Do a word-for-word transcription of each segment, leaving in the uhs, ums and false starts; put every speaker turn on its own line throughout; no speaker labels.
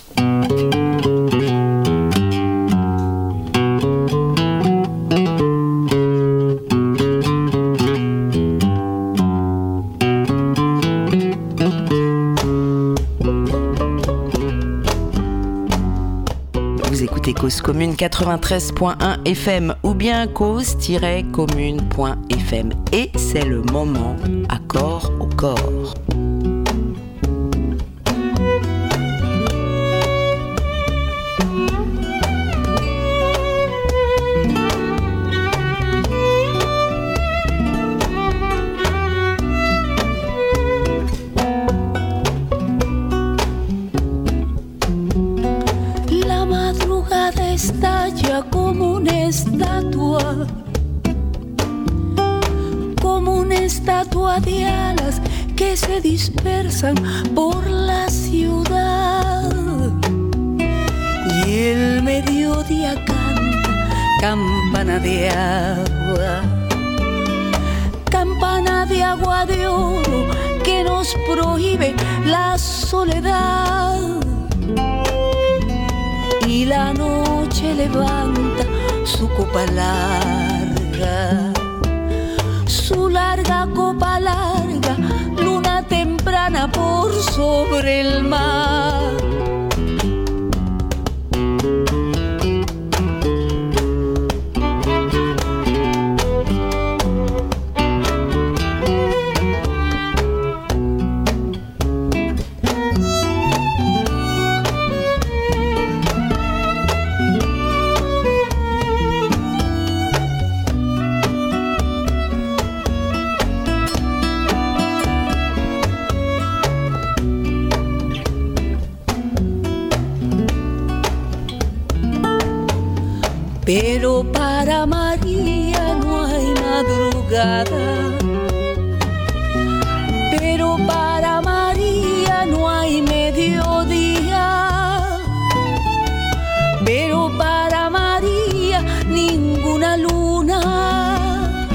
Cause Commune quatre-vingt-treize point un F M ou bien cause tiret commune point F M. Et c'est le moment accord au corps.
Estalla como una estatua, como una estatua de alas que se dispersan por la ciudad. Y el mediodía canta, campana de agua, campana de agua de oro que nos prohíbe la soledad. Y la noche levanta su copa larga, su larga copa larga, luna temprana por sobre el mar. Pero para María no hay madrugada, pero para María no hay mediodía, pero para María ninguna luna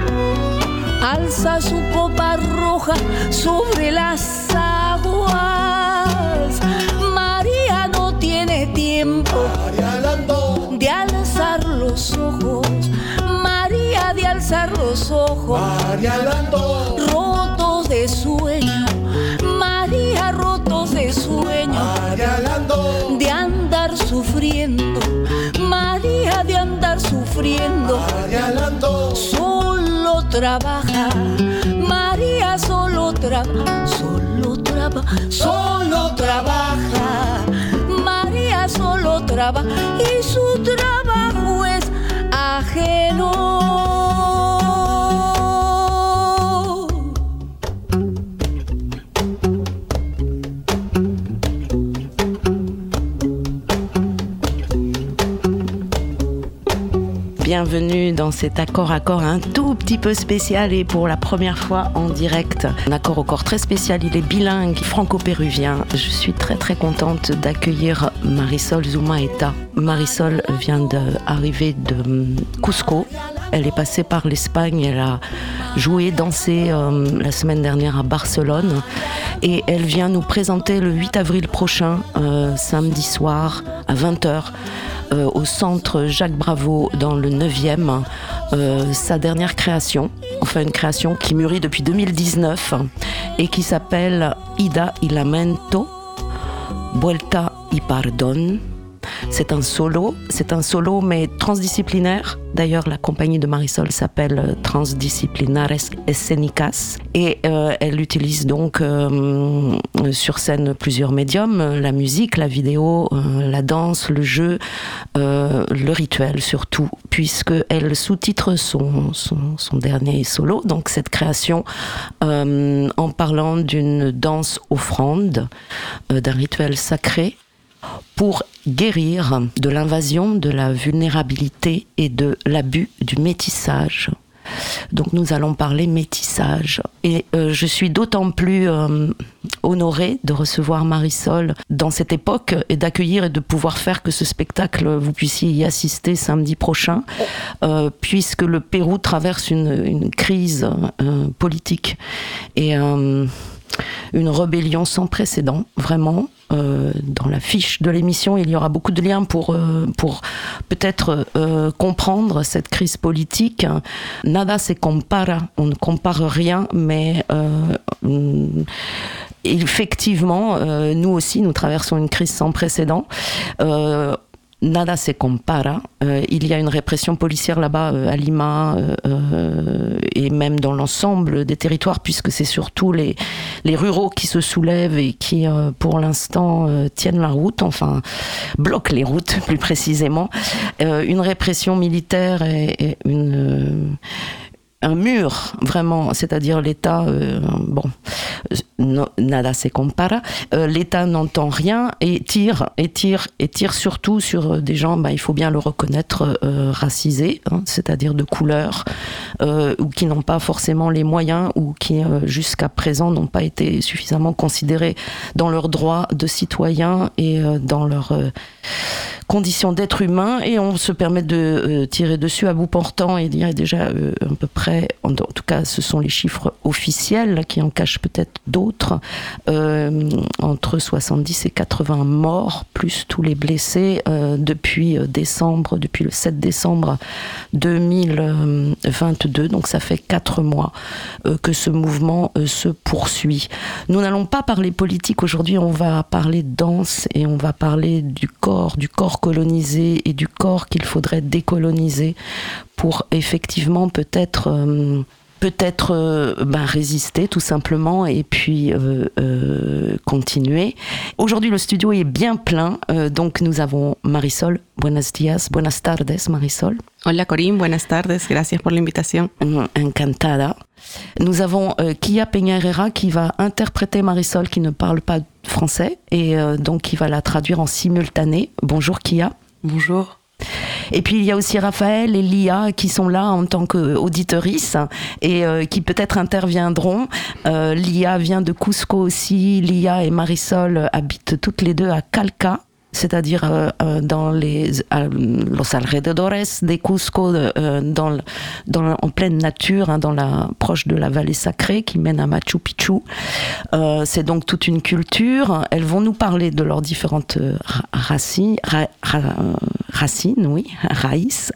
alza su copa roja sobre las aguas. María no tiene tiempo de alzar los ojos, María de alzar los ojos,
María Lando,
rotos de sueño, María rotos de sueño,
María Lando,
de andar sufriendo, María de andar sufriendo,
María Lando,
solo trabaja, María solo trabaja, solo trabaja, solo trabaja. María solo trabaja y su trabajo es ajeno.
Bienvenue dans cet accord à corps un tout petit peu spécial et pour la première fois en direct. Un accord au corps très spécial, il est bilingue, franco-péruvien. Je suis très très contente d'accueillir Marisol Zumaeta. Marisol vient d'arriver de Cusco. Elle est passée par l'Espagne, elle a joué, dansé euh, la semaine dernière à Barcelone et elle vient nous présenter le huit avril prochain, euh, samedi soir à vingt heures, euh, au centre Jacques Bravo dans le neuvième, euh, sa dernière création, enfin une création qui mûrit depuis deux mille dix-neuf et qui s'appelle Ida y Lamento, Vuelta y Pardon. C'est un solo, c'est un solo mais transdisciplinaire. D'ailleurs, la compagnie de Marisol s'appelle Transdisciplinares Escénicas et euh, elle utilise donc euh, sur scène plusieurs médiums, la musique, la vidéo, euh, la danse, le jeu, euh, le rituel surtout, puisqu'elle sous-titre son, son, son dernier solo, donc cette création, euh, en parlant d'une danse offrande, euh, d'un rituel sacré, pour guérir de l'invasion, de la vulnérabilité et de l'abus du métissage. Donc nous allons parler métissage. Et euh, je suis d'autant plus euh, honorée de recevoir Marisol dans cette époque et d'accueillir et de pouvoir faire que ce spectacle, vous puissiez y assister samedi prochain, euh, puisque le Pérou traverse une, une crise euh, politique et euh, une rébellion sans précédent, vraiment. Euh, dans la fiche de l'émission, il y aura beaucoup de liens pour, euh, pour peut-être euh, comprendre cette crise politique. Nada se compara, on ne compare rien, mais euh, effectivement, euh, nous aussi, nous traversons une crise sans précédent. Euh, Nada se compara. Euh, il y a une répression policière là-bas euh, à Lima euh, euh, et même dans l'ensemble des territoires, puisque c'est surtout les, les ruraux qui se soulèvent et qui, euh, pour l'instant, euh, tiennent la route, enfin, bloquent les routes plus précisément. Euh, une répression militaire et, et une... Euh, un mur, vraiment, c'est-à-dire l'État, euh, bon, no, nada se compara, euh, l'État n'entend rien et tire, et tire, et tire surtout sur des gens, bah, il faut bien le reconnaître, euh, racisés, hein, c'est-à-dire de couleur, euh, ou qui n'ont pas forcément les moyens, ou qui, euh, jusqu'à présent, n'ont pas été suffisamment considérés dans leurs droits de citoyens et euh, dans leurs euh, conditions d'être humain, et on se permet de euh, tirer dessus à bout portant. Et il y a déjà euh, à peu près, en, en tout cas ce sont les chiffres officiels qui en cachent peut-être d'autres, euh, entre soixante-dix et quatre-vingts morts, plus tous les blessés euh, depuis décembre, depuis le sept décembre deux mille vingt-deux, donc ça fait quatre mois euh, que ce mouvement euh, se poursuit. Nous n'allons pas parler politique aujourd'hui, on va parler danse et on va parler du corps, du corps colonisé et du corps qu'il faudrait décoloniser pour effectivement peut-être euh, peut-être euh, ben, résister tout simplement et puis euh, euh, continuer. Aujourd'hui le studio est bien plein, euh, donc nous avons Marisol. Buenos días, buenas tardes Marisol.
Hola Corinne, buenas tardes, gracias por la invitación.
Encantada. Nous avons euh, Kia Peña Herrera qui va interpréter Marisol qui ne parle pas français et euh, donc qui va la traduire en simultané. Bonjour Kia.
Bonjour.
Et puis il y a aussi Raphaël et Lia qui sont là en tant qu'auditrices et euh, qui peut-être interviendront. Euh, Lia vient de Cusco aussi. Lia et Marisol habitent toutes les deux à Calca, c'est-à-dire euh, dans les euh, los alrededores de Cusco, euh, dans, dans en pleine nature, hein, dans la proche de la vallée sacrée qui mène à Machu Picchu. Euh, c'est donc toute une culture. Elles vont nous parler de leurs différentes racines, ra, ra, racines, oui, raïs.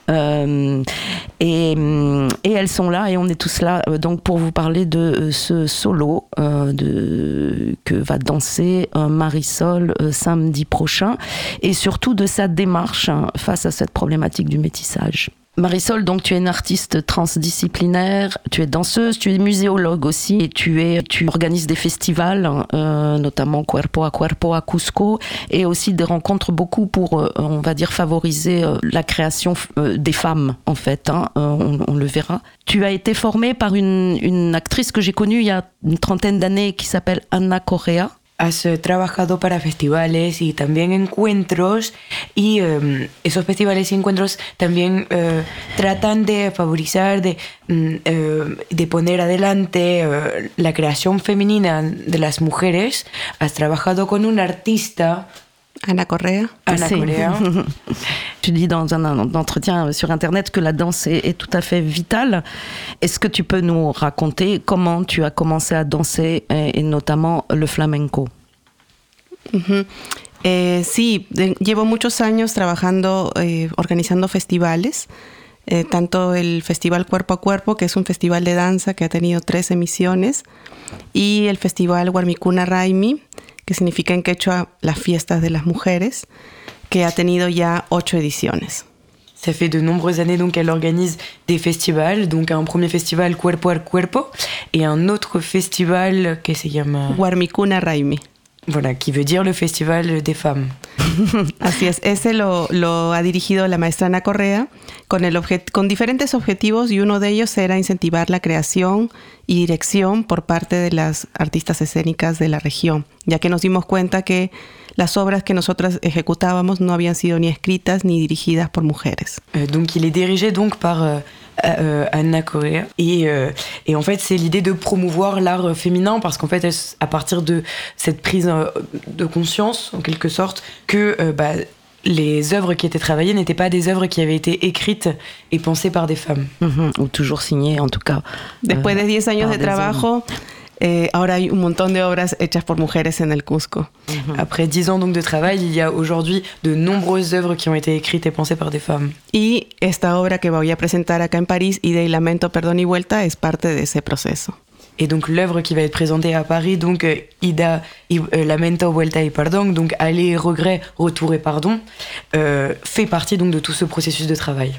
Euh, et, et elles sont là et on est tous là euh, donc pour vous parler de euh, ce solo euh, de, que va danser euh, Marisol euh, samedi prochain et surtout de sa démarche hein, face à cette problématique du métissage. Marisol, donc tu es une artiste transdisciplinaire, tu es danseuse, tu es muséologue aussi et tu, es, tu organises des festivals, euh, notamment Cuerpo a Cuerpo à Cusco et aussi des rencontres beaucoup pour, euh, on va dire, favoriser euh, la création euh, des femmes en fait, hein, euh, on, on le verra. Tu as été formée par une, une actrice que j'ai connue il y a une trentaine d'années qui s'appelle Ana Correa.
Has eh, trabajado para festivales y también encuentros y eh, esos festivales y encuentros también eh, tratan de favorizar, de, eh, de poner adelante eh, la creación femenina de las mujeres. Has trabajado con una artista,
Ana Correa.
Ana
C'est...
Correa.
Tu dis dans un, un entretien sur Internet que la danse est, est tout à fait vitale. Est-ce que tu peux nous raconter comment tu as commencé à danser et, et notamment le flamenco?
Uh-huh. Eh, sí, de, llevo muchos años trabajando, eh, organizando festivales. Eh, tanto el Festival Cuerpo a Cuerpo, que es un festival de danza que ha tenido tres emisiones, y el Festival Warmicuna Raimi, que significa en quechua las fiestas de las mujeres, que ha tenido ya ocho ediciones.
Ça fait de nombreuses années donc qu'elle organise des festivals, donc un premier festival Cuerpo a Cuerpo et un autre festival qui se llama
Warmicuna Raimi.
Voilà, qui veut dire le festival des femmes.
Así es, ese lo, lo ha dirigido la maestra Ana Correa con, el objet- con diferentes objetivos y uno de ellos era incentivar la creación y dirección por parte de las artistas escénicas de la región, ya que nos dimos cuenta que las obras que nosotras ejecutábamos no habían sido ni escritas ni dirigidas por mujeres.
Euh, donc il est dirigé donc par euh, euh, Ana Correa et, euh, et en fait c'est l'idée de promouvoir l'art féminin parce qu'en fait elle, à partir de cette prise euh, de conscience en quelque sorte que euh, bah, les œuvres qui étaient travaillées n'étaient pas des œuvres qui avaient été écrites et pensées par des femmes.
Mm-hmm. Ou toujours signées en tout cas.
Después de diez años de trabajo, eh, ahora hay un montón de obras hechas por mujeres en el Cusco.
Uh-huh. Après dix ans donc de travail, il y a aujourd'hui de nombreuses œuvres qui ont été écrites et pensées par des femmes.
Y esta obra que voy a presentar acá en París, Ida y Lamento, Perdón y Vuelta, es parte de ese proceso.
Et donc l'œuvre qui va être présentée à Paris, donc euh, Ida, y, euh, Lamento, Vuelta y Perdón, donc Aller, Regret, Retour et Pardon, euh, fait partie donc de tout ce processus de travail.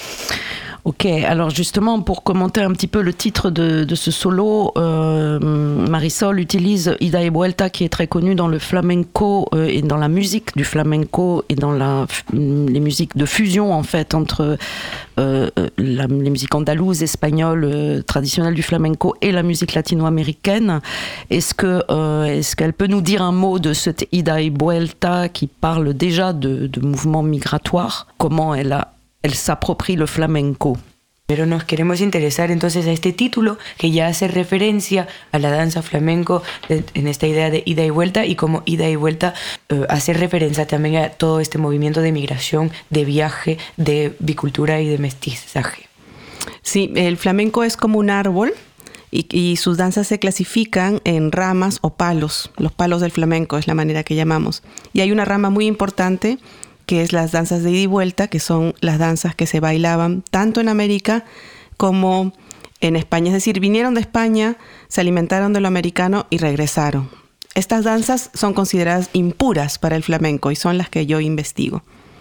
Ok, alors justement, pour commenter un petit peu le titre de, de ce solo, euh, Marisol utilise Ida y Vuelta, qui est très connue dans le flamenco euh, et dans la musique du flamenco et dans la, les musiques de fusion, en fait, entre euh, la, les musiques andalouses, espagnoles, euh, traditionnelles du flamenco et la musique latino-américaine. Est-ce que, euh, est-ce qu'elle peut nous dire un mot de cette Ida y Vuelta qui parle déjà de, de mouvements migratoires? Comment elle a él se apropie le flamenco.
Pero nos queremos interesar entonces a este título que ya hace referencia a la danza flamenco de, en esta idea de ida y vuelta, y como ida y vuelta eh, hace referencia también a todo este movimiento de migración, de viaje, de bicultura y de mestizaje.
Sí, el flamenco es como un árbol y, y sus danzas se clasifican en ramas o palos. Los palos del flamenco es la manera que llamamos. Y hay una rama muy importante que es las danzas de ida y vuelta, que son las danzas que se bailaban tanto en América como en España. Es decir, vinieron de España, se alimentaron de lo americano y regresaron. Estas danzas son consideradas impuras para el flamenco y son las que yo investigo.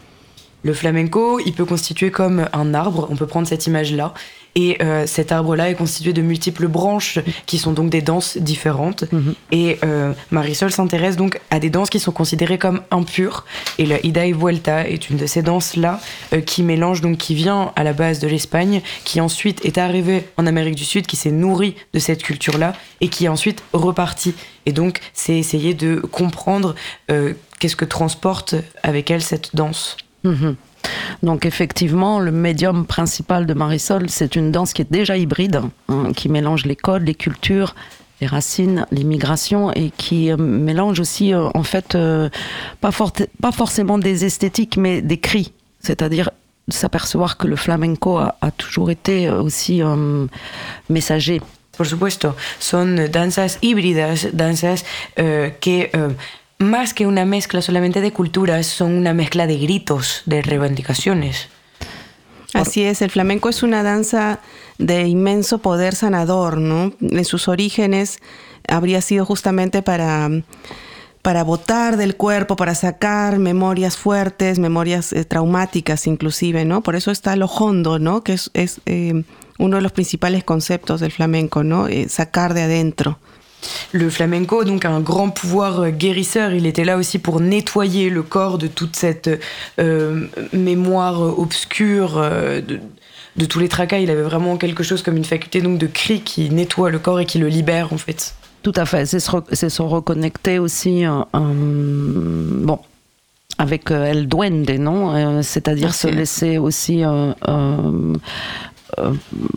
Le flamenco, il peut constituer comme un arbre, on peut prendre cette image-là, et euh, cet arbre-là est constitué de multiples branches qui sont donc des danses différentes. Mm-hmm. Et euh, Marisol s'intéresse donc à des danses qui sont considérées comme impures. Et le Ida y Vuelta est une de ces danses-là euh, qui mélange, donc qui vient à la base de l'Espagne, qui ensuite est arrivée en Amérique du Sud, qui s'est nourrie de cette culture-là et qui est ensuite repartie. Et donc, c'est essayer de comprendre euh, qu'est-ce que transporte avec elle cette danse.
Mmh. Donc effectivement, le médium principal de Marisol, c'est une danse qui est déjà hybride, hein, qui mélange les codes, les cultures, les racines, l'immigration, et qui euh, mélange aussi, euh, en fait, euh, pas, for- pas forcément des esthétiques, mais des cris. C'est-à-dire s'apercevoir que le flamenco a, a toujours été aussi euh, messager.
Por supuesto, son danzas híbridas, danzas euh, que... Euh, Más que una mezcla solamente de culturas, son una mezcla de gritos, de reivindicaciones.
Así es, el flamenco es una danza de inmenso poder sanador, ¿no? En sus orígenes habría sido justamente para, para botar del cuerpo, para sacar memorias fuertes, memorias eh, traumáticas inclusive, ¿no? Por eso está lo hondo, ¿no? Que es, es eh, uno de los principales conceptos del flamenco, ¿no? Eh, sacar de adentro.
Le flamenco, donc, a un grand pouvoir guérisseur. Il était là aussi pour nettoyer le corps de toute cette euh, mémoire obscure, euh, de, de tous les tracas. Il avait vraiment quelque chose comme une faculté donc, de cri qui nettoie le corps et qui le libère, en fait.
Tout à fait. C'est se, re- c'est se reconnecter aussi, euh, euh, bon, avec euh, El Duende, non euh, C'est-à-dire Merci. Se laisser aussi... Euh, euh, euh,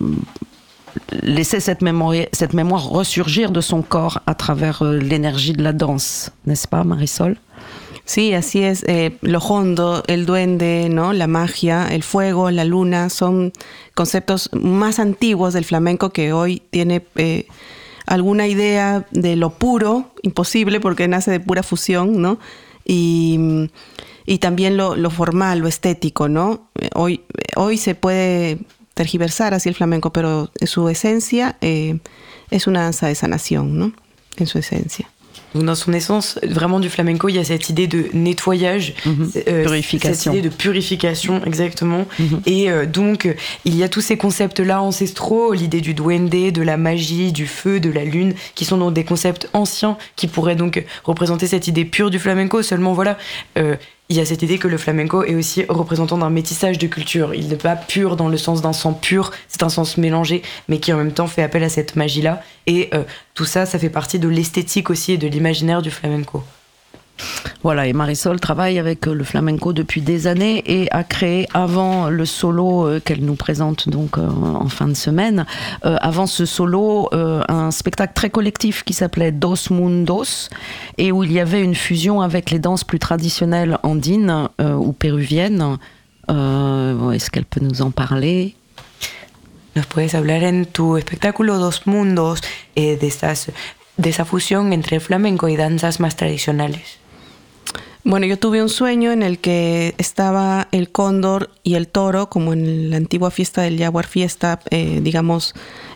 laisser cette mémoire, cette mémoire ressurgir de son corps à travers euh, l'énergie de la danse, n'est-ce pas, Marisol?
Sí, así es. Eh, lo hondo, el duende, ¿no? La magia, el fuego, la luna, son conceptos más antiguos del flamenco que hoy tiene eh, alguna idea de lo puro, imposible porque nace de pura fusión, ¿no? Y, y también lo, lo formal, lo estético, ¿no? Hoy, hoy se puede tergiversar así el flamenco, pero en su esencia eh, es una danza de sanación, ¿no? En su esencia.
Dans son essence, vraiment du flamenco, il y a cette idée de nettoyage,
mmh.
euh,
purification.
cette idée de purification, exactement. Mmh. Et euh, donc, il y a tous ces concepts-là ancestraux, l'idée du duende, de la magie, du feu, de la lune, qui sont donc des concepts anciens qui pourraient donc représenter cette idée pure du flamenco. Seulement, voilà, euh, il y a cette idée que le flamenco est aussi représentant d'un métissage de culture. Il n'est pas pur dans le sens d'un sang pur, c'est un sens mélangé, mais qui en même temps fait appel à cette magie-là. Et euh, tout ça, ça fait partie de l'esthétique aussi et de l'imaginaire du flamenco.
Voilà, et Marisol travaille avec le flamenco depuis des années et a créé avant le solo euh, qu'elle nous présente donc euh, en fin de semaine, euh, avant ce solo, euh, un spectacle très collectif qui s'appelait Dos Mundos et où il y avait une fusion avec les danses plus traditionnelles andines euh, ou péruviennes. Euh, est-ce qu'elle peut nous en parler?
¿Nos puedes hablar en tu espectáculo Dos Mundos eh, de estas de esa fusión entre el flamenco y danzas más tradicionales?
Bueno, yo tuve un sueño en el que estaba el cóndor y el toro, como en la antigua fiesta del Yaguar Fiesta, eh, digamos,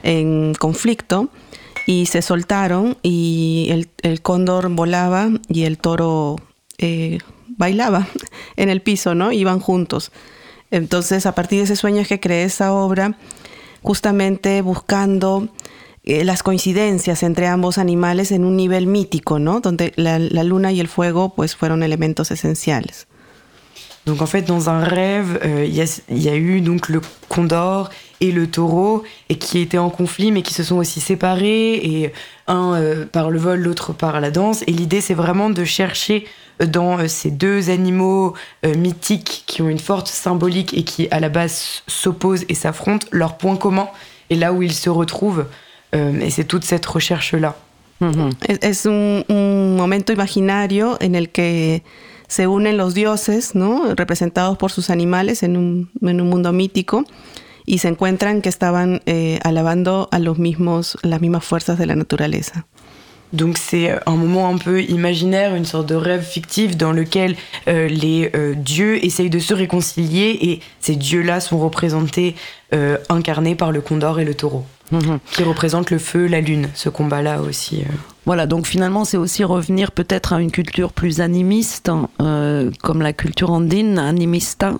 en conflicto, y se soltaron y el, el cóndor volaba y el toro eh, bailaba en el piso, ¿no? Iban juntos. Entonces, a partir de ese sueño es que creé esa obra, justamente buscando eh, las coincidencias entre ambos animales en un nivel mítico, ¿no? Donde la, la luna y el fuego pues fueron elementos esenciales.
Donc en fait, dans un rêve, il euh, y, y a eu donc le condor et le taureau, et qui étaient en conflit, mais qui se sont aussi séparés, et un euh, par le vol, l'autre par la danse. Et l'idée, c'est vraiment de chercher dans euh, ces deux animaux euh, mythiques qui ont une forte symbolique et qui, à la base, s'opposent et s'affrontent, leurs points communs, et là où ils se retrouvent. Euh, et c'est toute cette recherche-là.
Uh-huh. Es, es un, un momento imaginario en el que se unen los dioses, ¿no? Representados por sus animales en un, en un mundo mítico, y se encuentran que estaban eh, alabando a los mismos, las mismas fuerzas de la naturaleza.
Donc c'est un moment un peu imaginaire, une sorte de rêve fictif dans lequel euh, les euh, dieux essayent de se réconcilier, et ces dieux-là sont représentés, euh, incarnés par le condor et le taureau, mmh. qui représentent le feu, la lune, ce combat-là aussi. Euh.
Voilà, donc finalement c'est aussi revenir peut-être à une culture plus animiste, euh, comme la culture andine, animista,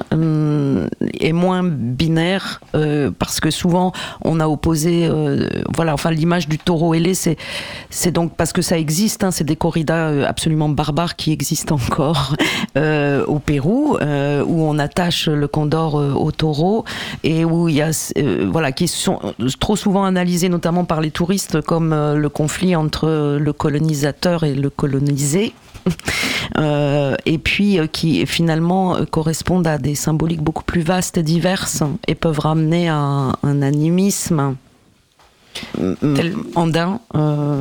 euh, et moins binaire, euh, parce que souvent on a opposé, euh, voilà, enfin l'image du taureau ailé, c'est, c'est donc parce que ça existe, hein, c'est des corridas absolument barbares qui existent encore euh, au Pérou, euh, où on attache le condor euh, au taureau, et où il y a, euh, voilà, qui sont trop souvent analysés notamment par les touristes comme euh, le conflit entre entre le colonisateur et le colonisé, euh, et puis euh, qui finalement euh, correspondent à des symboliques beaucoup plus vastes et diverses et peuvent ramener à un, un animisme
Tal,
andin. Euh,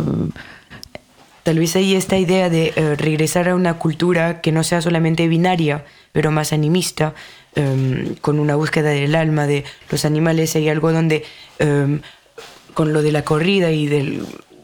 Tal vez ahí esta idea de uh, regresar a una cultura que no sea solamente binaria, pero más animista, um, con una búsqueda del alma de los animales. Hay algo donde, um, con lo de la corrida y del...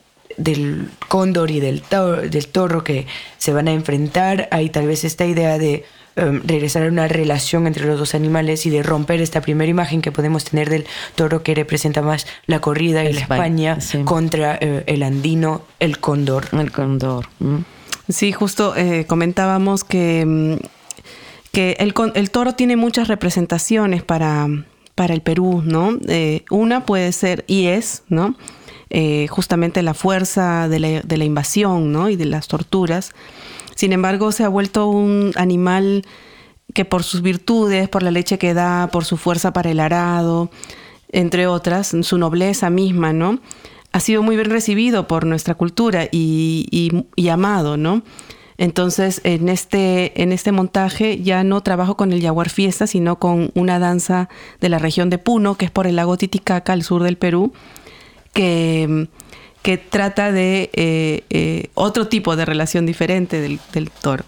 del cóndor y del toro, del toro que se van a enfrentar, hay tal vez esta idea de um, regresar a una relación entre los dos animales y de romper esta primera imagen que podemos tener del toro, que representa más la corrida y la España, sí, contra uh, el andino, el cóndor.
El cóndor. Mm.
Sí, justo eh, comentábamos que, que el, el toro tiene muchas representaciones para, para el Perú, ¿no? Eh, una puede ser, y es, ¿no? Eh, justamente la fuerza de la, de la invasión, ¿no? Y de las torturas. Sin embargo, se ha vuelto un animal que por sus virtudes, por la leche que da, por su fuerza para el arado, entre otras, su nobleza misma, ¿no? Ha sido muy bien recibido por nuestra cultura y, y, y amado, ¿no? Entonces, en este, en este montaje ya no trabajo con el Yaguar Fiesta, sino con una danza de la región de Puno, que es por el lago Titicaca, al sur del Perú, que, que trata de eh, eh, otro tipo de relación diferente del, del toro.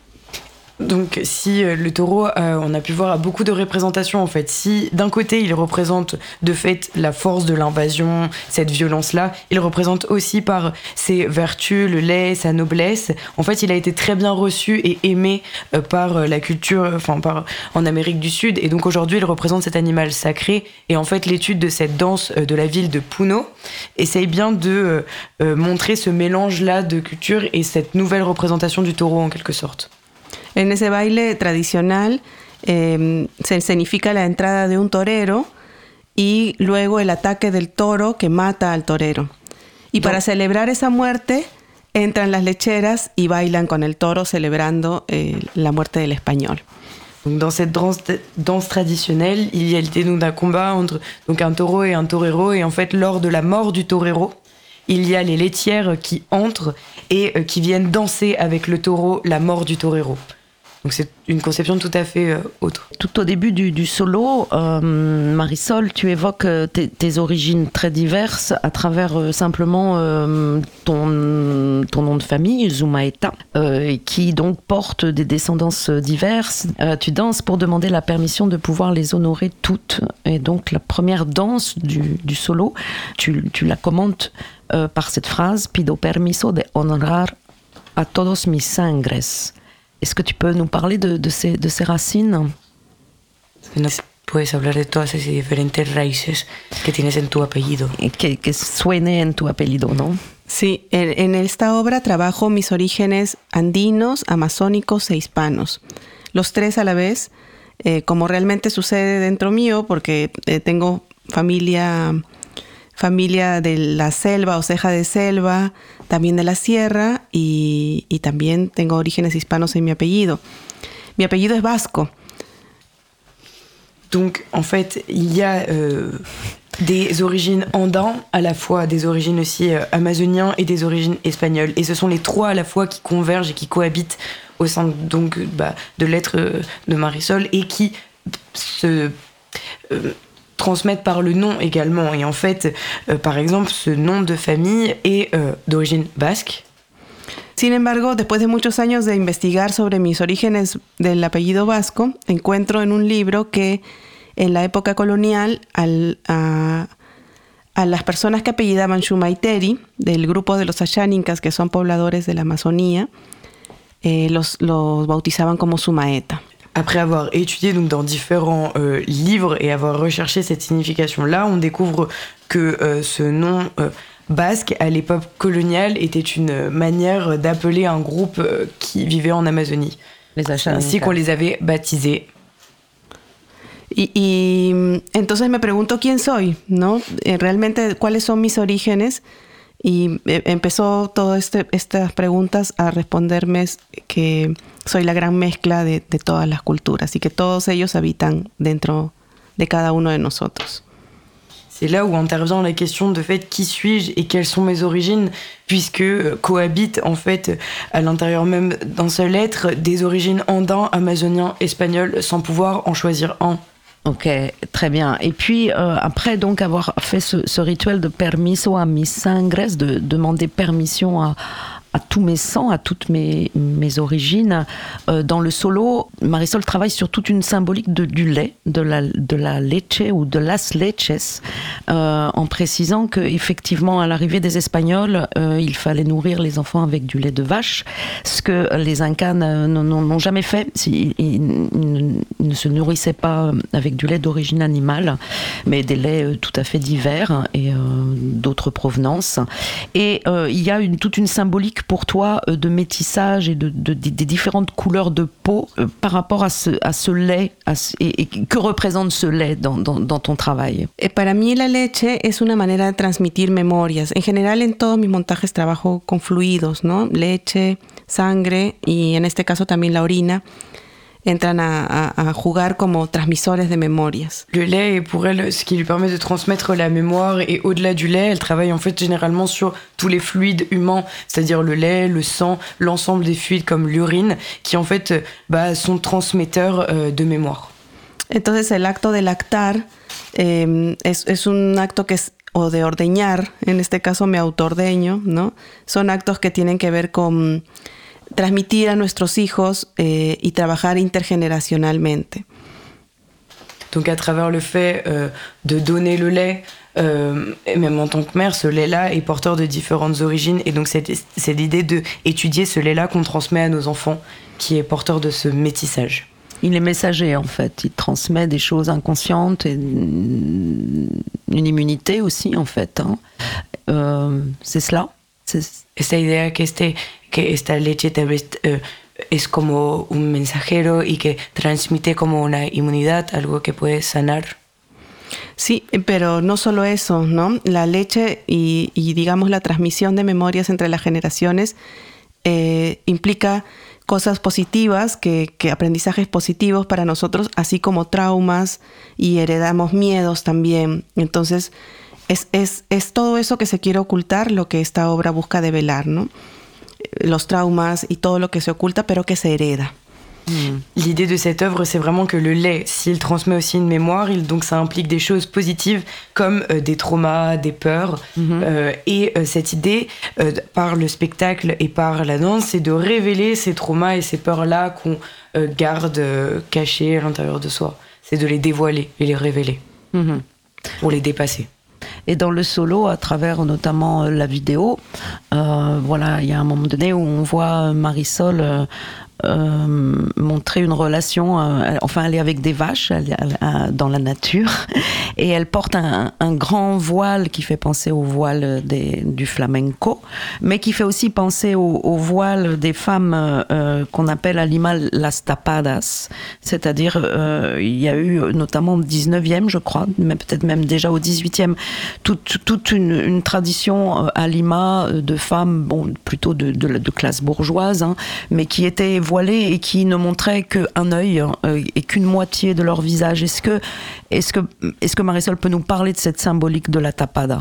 Donc si euh, le taureau, euh, on a pu voir, a beaucoup de représentations en fait. Si d'un côté il représente de fait la force de l'invasion, cette violence-là, il représente aussi par ses vertus, le lait, sa noblesse. En fait, il a été très bien reçu et aimé euh, par euh, la culture, enfin par en Amérique du Sud. Et donc aujourd'hui, il représente cet animal sacré. Et en fait, l'étude de cette danse euh, de la ville de Puno essaye bien de euh, euh, montrer ce mélange-là de culture et cette nouvelle représentation du taureau en quelque sorte.
En ese baile tradicional eh, se escenifica la entrada de un torero y luego el ataque del toro que mata al torero. Y para celebrar esa muerte entran las lecheras y bailan con el toro celebrando eh, la muerte del español.
Donc dans cette danse, danse traditionnelle, il y a l'idée d'un combat entre donc un taureau et un torero, et en fait lors de la mort du torero, il y a les laitières qui entrent et euh, qui viennent danser avec le taureau la mort du torero. Donc c'est une conception tout à fait euh, autre.
Tout au début du, du solo, euh, Marisol, tu évoques tes, tes origines très diverses à travers euh, simplement euh, ton, ton nom de famille, Zumaeta, euh, qui donc porte des descendances diverses. Euh, tu danses pour demander la permission de pouvoir les honorer toutes. Et donc la première danse du, du solo, tu, tu la commentes euh, par cette phrase « Pido permiso de honorar a todos mis sangres ». Est-ce que tu peux nous parler de, de, ces, de ces racines?
No puedes hablar de todas esas diferentes raíces que tienes en tu apellido.
Que, que suene en tu apellido, ¿no?
Sí, en, en esta obra trabajo mis orígenes andinos, amazónicos e hispanos. Los tres a la vez, eh, como realmente sucede dentro mío, porque eh, tengo familia, familia de la selva o ceja de selva, también de la sierra, y, y también tengo orígenes hispanos en mi apellido. Mi apellido es vasco.
Donc, en fait, il y a euh, des origines andins, à la fois des origines aussi euh, amazoniens et des origines espagnoles. Et ce sont les trois à la fois qui convergent et qui cohabitent au sein donc, bah, de l'être euh, de Marisol et qui se euh, transmettent par le nom également. Et en fait, euh, par exemple, ce nom de famille est euh, d'origine basque.
Sin embargo, después de muchos años de investigar sobre mis orígenes del apellido vasco, encuentro en un libro que en la época colonial al, a, a las personas que apellidaban Shumaiteri, del grupo de los Asháninkas, que son pobladores de la Amazonía, eh, los, los bautizaban como Sumaeta.
Après avoir étudié donc dans différents euh, livres et avoir recherché cette signification-là, on découvre que euh, ce nom euh, basque, à l'époque coloniale, était une manière d'appeler un groupe euh, qui vivait en Amazonie.
Les Asháninkas.
Ainsi qu'on les avait baptisés.
Y, y entonces me pregunto quién soy, ¿no? Realmente, ¿cuáles son mis orígenes? Y empezó todas este, estas preguntas a responderme que soy la gran mezcla de, de todas las culturas y que todos ellos habitan dentro de cada uno de nosotros.
C'est là où intervient la question de fait qui suis-je et quelles sont mes origines, puisque cohabitent en fait à l'intérieur même d'un seul être des origines andins, amazoniens, espagnols, sans pouvoir en choisir un.
Ok, très bien. Et puis, euh, après donc avoir fait ce, ce rituel de permiso a mis sangres, de demander permission à, à tous mes sangs, à toutes mes, mes origines, euh, dans le solo, Marisol travaille sur toute une symbolique de, du lait, de la, de la leche ou de las leches, euh, en précisant qu'effectivement, à l'arrivée des Espagnols, euh, il fallait nourrir les enfants avec du lait de vache, ce que les Incas n'ont jamais fait. Ils, ils, ils ne se nourrissaient pas avec du lait d'origine animale, mais des laits tout à fait divers et euh, d'autres provenances. Et euh, il y a une, toute une symbolique pour toi euh, de métissage et de, de, de, des différentes couleurs de peau euh, par rapport à ce, à ce lait à ce, et, et que représente ce lait dans, dans, dans ton travail?
Eh, para mí la leche es una manera de transmitir memorias. En general en todos mis montajes trabajo con fluidos, ¿no? Leche, sangre y en este caso también la orina. Entran a, a, a jugar como transmisores de memorias.
Le lait est pour elle ce qui lui permet de transmettre la mémoire et au-delà du lait, elle travaille en fait généralement sur tous les fluides humains, c'est-à-dire le lait, le sang, l'ensemble des fluides comme l'urine, qui en fait bah, sont transmetteurs euh, de mémoire.
Entonces el acto de lactar eh, es, es un acto que es, o de ordeñar, en este caso me autoordeño, ¿no? Son actos que tienen que ver con transmitir a nuestros hijos eh, y trabajar intergeneracionalmente.
Donc à travers le fait euh, de donner le lait, euh, et même en tant que mère, ce lait-là est porteur de différentes origines. Et donc c'est, c'est l'idée d'étudier ce lait-là qu'on transmet à nos enfants, qui est porteur de ce métissage.
Il est messager en fait, il transmet des choses inconscientes et une immunité aussi en fait. Hein. Euh, c'est cela. C'est...
Esta idea que, este, que esta leche tal vez uh, es como un mensajero y que transmite como una inmunidad, algo que puede sanar.
Sí, pero no solo eso, ¿no? La leche y, y digamos la transmisión de memorias entre las generaciones eh, implica cosas positivas, que, que aprendizajes positivos para nosotros, así como traumas y heredamos miedos también. Entonces, Es, es, es todo eso que se quiere ocultar lo que esta obra busca develar, ¿no? Los traumas y todo lo que se oculta, pero que se hereda.
Mmh. L'idée de cette œuvre, c'est vraiment que le lait, s'il transmet aussi une mémoire, il, donc ça implique des choses positives comme euh, des traumas, des peurs. Mmh. Euh, et euh, cette idée, euh, par le spectacle et par la danse, c'est de révéler ces traumas et ces peurs-là qu'on euh, garde euh, cachés à l'intérieur de soi. C'est de les dévoiler et les révéler mmh. pour les dépasser.
Et dans le solo, à travers notamment la vidéo, euh, voilà, il y a un moment donné où on voit Marisol euh, euh, montrer une relation, euh, enfin elle est avec des vaches elle, elle, elle, dans la nature, et elle porte un, un grand voile qui fait penser au voile des, du flamenco, mais qui fait aussi penser au, au voile des femmes euh, qu'on appelle à Lima las tapadas, c'est-à-dire euh, il y a eu notamment au dix-neuvième, je crois, mais peut-être même déjà au dix-huitième, toute, toute une, une tradition à Lima de femmes, bon, plutôt de, de, de classe bourgeoise, hein, mais qui étaient voilées et qui ne montraient qu'un œil euh, et qu'une moitié de leur visage. Est-ce que, est-ce que, est-ce que Marisol peut nous parler de cette symbolique de la tapada?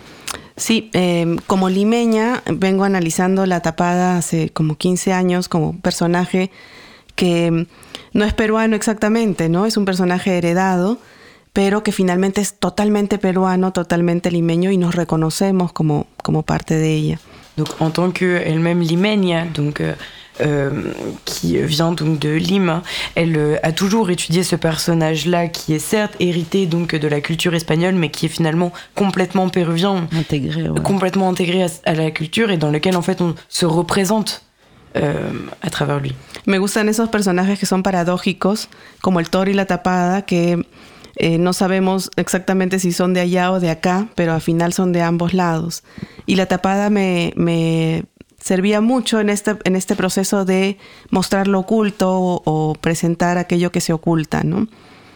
Sí, eh, como limeña vengo analizando la tapada hace como quince años como personaje que no es peruano exactamente, ¿no? Es un personaje heredado, pero que finalmente es totalmente peruano, totalmente limeño y nos reconocemos como, como parte de ella.
Donc en tant qu'elle-même limeña, donc euh, euh, qui vient donc de Lima, elle euh, a toujours étudié ce personnage-là qui est certes hérité donc de la culture espagnole, mais qui est finalement complètement péruvien,
intégré, ouais.
complètement intégré à, à la culture et dans lequel en fait on se représente euh, à travers lui.
Me gustan esos personajes que son paradójicos, como el toro y la tapada, que Eh, no sabemos exactamente si son de allá o de acá, pero al final son de ambos lados. Y la tapada me, me servía mucho en este, en este proceso de mostrar lo oculto o, o presentar aquello que se oculta, ¿no?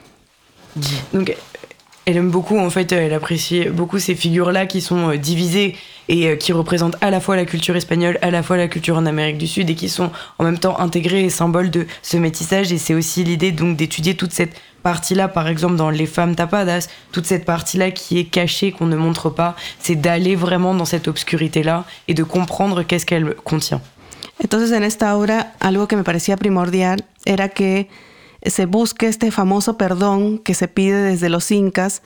Donc, elle aime beaucoup, en fait, elle apprécie beaucoup ces figures-là qui sont euh, divisées et euh, qui représentent à la fois la culture espagnole, à la fois la culture en Amérique du Sud et qui sont en même temps intégrées et symboles de ce métissage. Et c'est aussi l'idée donc d'étudier toute cette partie-là, par exemple dans Les Femmes Tapadas, toute cette partie-là qui est cachée, qu'on ne montre pas, c'est d'aller vraiment dans cette obscurité-là et de comprendre qu'est-ce qu'elle contient.
Entonces en esta obra algo que me parecía primordial era que se busque este famoso perdón que se pide desde los incas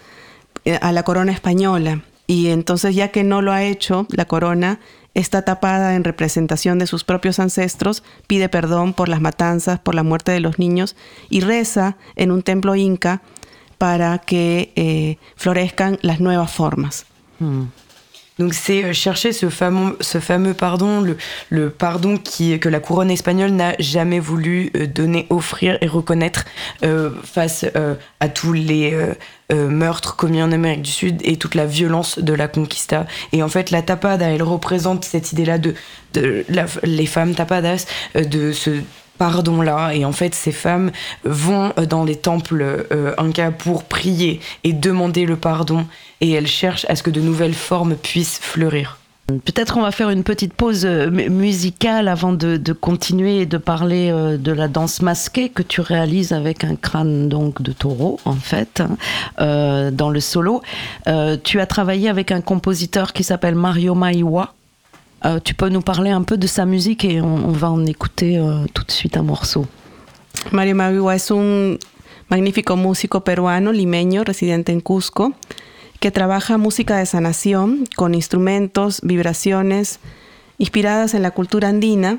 a la corona española. Y entonces, ya que no lo ha hecho, la corona está tapada en representación de sus propios ancestros, pide perdón por las matanzas, por la muerte de los niños y reza en un templo inca para que eh, florezcan las nuevas formas.
Hmm. Donc c'est chercher ce fameux, ce fameux pardon, le, le pardon qui, que la couronne espagnole n'a jamais voulu donner, offrir et reconnaître euh, face euh, à tous les euh, euh, meurtres commis en Amérique du Sud et toute la violence de la conquista. Et en fait, la tapada, elle représente cette idée-là de, de la, les femmes tapadas, de ce pardon-là. Et en fait, ces femmes vont dans les temples euh, incas pour prier et demander le pardon. Et elles cherchent à ce que de nouvelles formes puissent fleurir.
Peut-être on va faire une petite pause musicale avant de, de continuer et de parler de la danse masquée que tu réalises avec un crâne donc de taureau en fait, euh, dans le solo. Euh, tu as travaillé avec un compositeur qui s'appelle Mario Maiwa. Euh, tu peux nous parler un peu de sa musique et on, on va en écouter euh, tout de suite un morceau.
Mario Maiwa es un magnífico músico peruano, limeño, residente en Cusco, que trabaja música de sanación con instrumentos, vibraciones inspiradas en la cultura andina,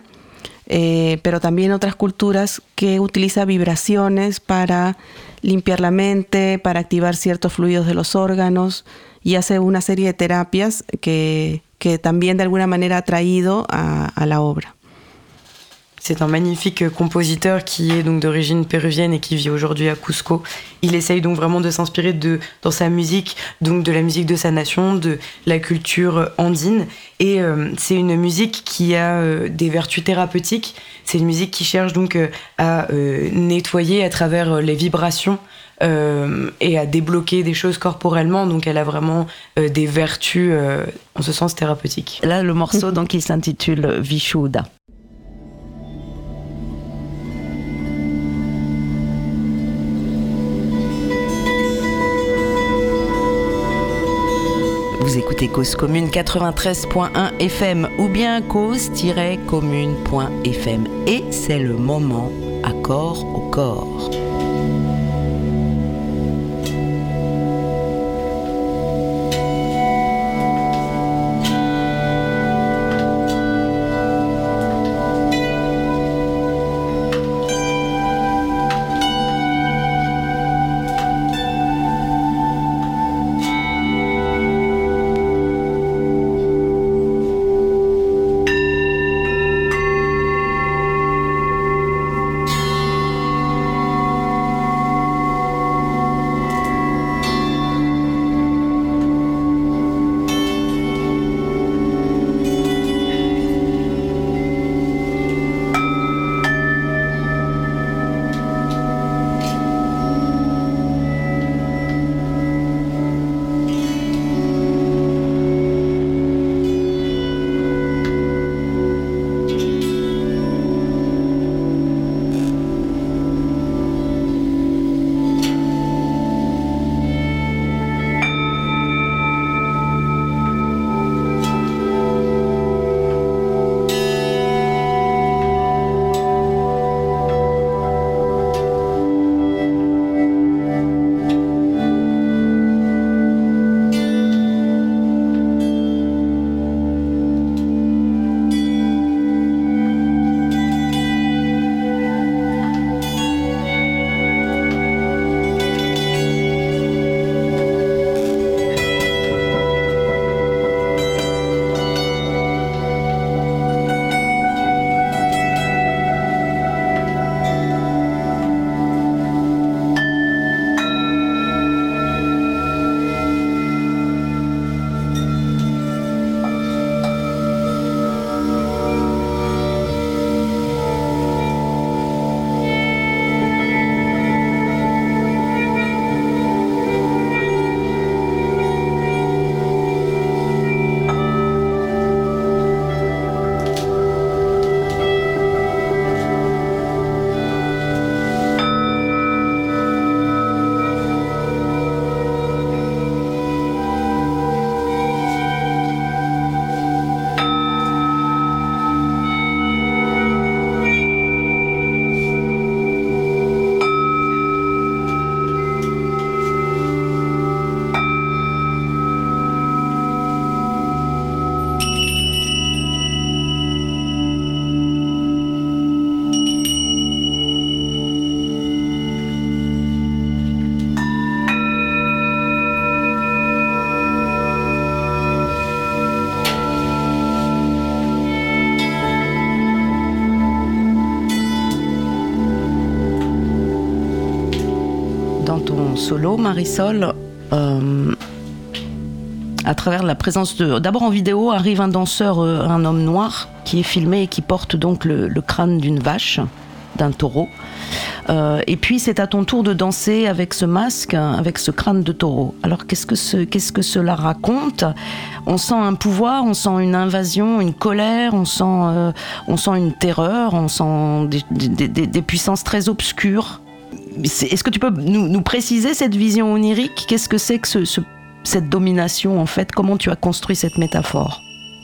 eh, pero también otras culturas, que utiliza vibraciones para limpiar la mente, para activar ciertos fluidos de los órganos, y hace una serie de terapias que, que también de alguna manera ha traído a, a la obra.
C'est un magnifique compositeur qui est donc d'origine péruvienne et qui vit aujourd'hui à Cusco. Il essaye donc vraiment de s'inspirer de, dans sa musique, donc de la musique de sa nation, de la culture andine. Et euh, c'est une musique qui a euh, des vertus thérapeutiques. C'est une musique qui cherche donc euh, à euh, nettoyer à travers les vibrations euh, et à débloquer des choses corporellement. Donc elle a vraiment euh, des vertus euh, en ce sens thérapeutiques.
Là, le morceau donc il s'intitule Vishuddha. Vous écoutez Cause Commune quatre-vingt-treize point un F M ou bien cause tiret commune point F M. Et c'est le moment Accord au corps. Solo, Marisol, euh, à travers la présence de... D'abord en vidéo arrive un danseur, euh, un homme noir, qui est filmé et qui porte donc le, le crâne d'une vache, d'un taureau. Euh, et puis c'est à ton tour de danser avec ce masque, avec ce crâne de taureau. Alors qu'est-ce que, ce, qu'est-ce que cela raconte ? On sent un pouvoir, on sent une invasion, une colère, on sent, euh, on sent une terreur, on sent des, des, des, des puissances très obscures. Est-ce que tu peux nous, nous préciser cette vision onirique ? Qu'est-ce que c'est que ce, ce, cette domination en fait ? Comment tu as construit cette métaphore ?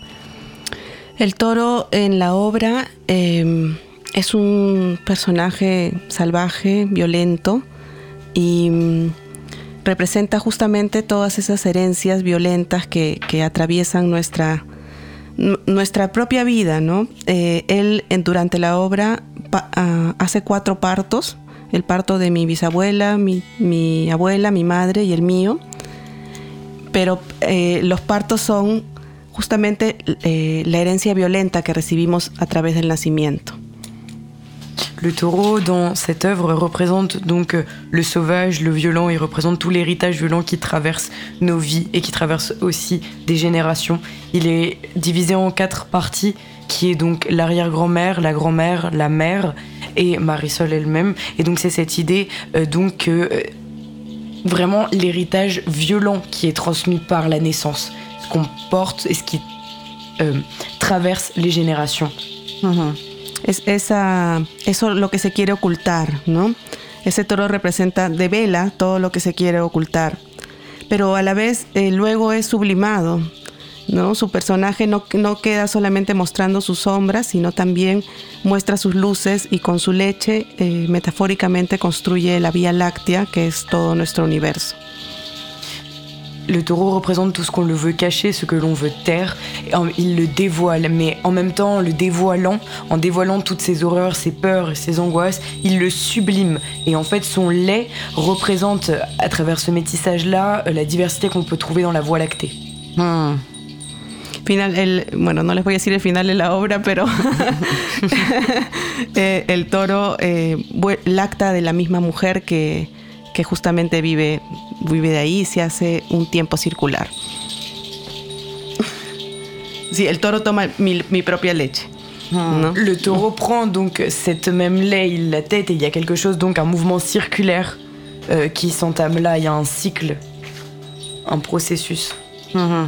El toro en la obra eh, es un personaje salvaje, violento y mm, representa justamente todas esas herencias violentas que, que atraviesan nuestra, n- nuestra propia vida, ¿no? Eh, él en, durante la obra pa, uh, hace cuatro partos. El parto de mi bisabuela, mi, mi abuela, mi madre y el mío. Pero eh, los partos son justamente eh, la herencia violenta que recibimos a través del nacimiento.
Le taureau, dans cette œuvre, représente donc le sauvage, le violent. Il représente tout l'héritage violent qui traverse nos vies et qui traverse aussi des générations. Il est divisé en quatre parties, qui est donc l'arrière-grand-mère, la grand-mère, la mère et Marisol elle-même. Et donc c'est cette idée euh, donc que euh, vraiment l'héritage violent qui est transmis par la naissance, ce qu'on porte et ce qui euh, traverse les générations.
Uh-huh. Es esa, eso lo que se quiere ocultar, ¿no? Ese toro representa, devela todo lo que se quiere ocultar, pero a la vez eh, luego es sublimado, ¿no? Su personaje no, no queda solamente mostrando sus sombras, sino también muestra sus luces y con su leche eh, metafóricamente construye la Vía Láctea, que es todo nuestro universo.
Le taureau représente tout ce qu'on le veut cacher, ce que l'on veut taire. Il le dévoile, mais en même temps, en le dévoilant, en dévoilant toutes ses horreurs, ses peurs, ses angoisses, il le sublime. Et en fait, son lait représente, à travers ce métissage-là, la diversité qu'on peut trouver dans la Voie lactée.
Hmm. Final, el, bueno, no les voy a decir el final de la obra, pero eh, el toro eh, lacta de la misma mujer que, que justamente vive, vive de ahí y se hace un tiempo circular. Sí, el toro toma mi, mi propia leche.
Hmm. Le taureau prend donc cette même lait, il la tête et il y a quelque chose, donc un mouvement circulaire euh, qui s'entame là, il y a un cycle, un processus.
Mm-hmm.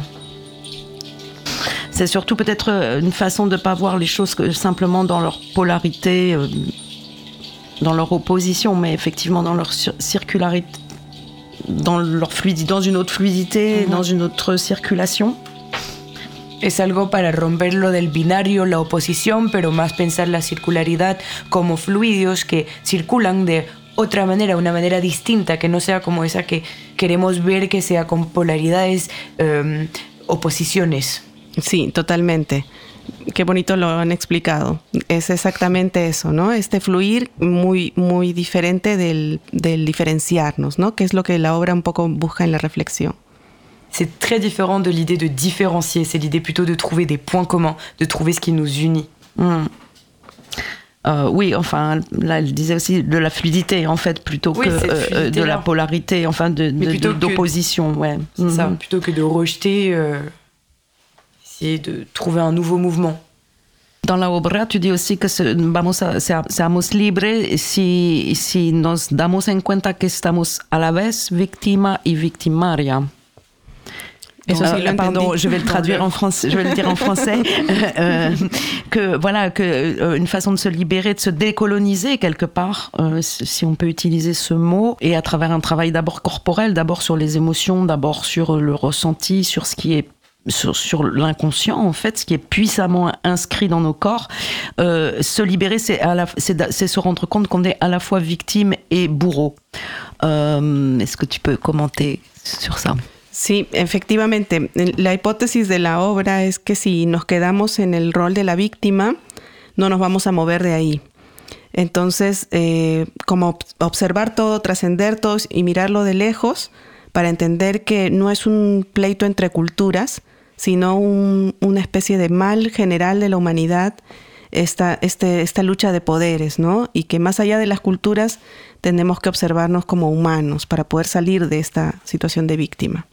C'est surtout peut-être une façon de ne pas voir les choses que simplement dans leur polarité, euh, dans leur opposition, mais effectivement dans leur cir- circularité, dans leur fluidité, dans une autre fluidité, mm-hmm. dans une autre circulation.
Es algo para romperlo del binario, la oposición, pero más pensar la circularidad como fluidos que circulan de otra manera, una manera distinta, que no sea como esa que queremos ver, que sea con polaridades, eh, oposiciones.
Sí, totalmente. Qué bonito lo han explicado. Es exactamente eso, ¿no? Este fluir muy, muy diferente del, del diferenciarnos, ¿no? Que es lo que la obra un poco busca en la reflexión.
C'est très différent de l'idée de différencier. C'est l'idée plutôt de trouver des points communs, de trouver ce qui nous unit.
Mm. Euh, oui, enfin, là, elle disait aussi de la fluidité, en fait, plutôt
oui,
que euh, de la polarité, enfin, de, de, de, d'opposition,
que,
ouais.
C'est mm-hmm. ça, plutôt que de rejeter, euh, essayer de trouver un nouveau mouvement.
Dans la obra, tu dis aussi que se, vamos a, se, seamos libres si, si nos damos en cuenta que estamos a la vez víctima y victimaria. Eso sí lo pardon, je vais le traduire en français, je vais le dire en français, euh, que voilà, que euh, une façon de se libérer, de se décoloniser quelque part, euh, si on peut utiliser ce mot, et à travers un travail d'abord corporel, d'abord sur les émotions, d'abord sur le ressenti, sur ce qui est Sur, sur l'inconscient, en fait, ce qui est puissamment inscrit dans nos corps. Euh, se libérer, c'est, à la, c'est, c'est se rendre compte qu'on est à la fois victime et bourreau. Euh, est-ce que tu peux commenter sur ça?
Sí, efectivamente. La hipótesis de la obra es que si nos quedamos en el rol de la víctima, no nos vamos a mover de ahí. Entonces, eh, como observar todo, trascender todo y mirarlo de lejos para entender que no es un pleito entre culturas, sino un, una especie de mal general de la humanidad, esta, este, esta lucha de poderes, ¿no? Y que más allá de las culturas tenemos que observarnos como humanos para poder salir de esta situación de víctima.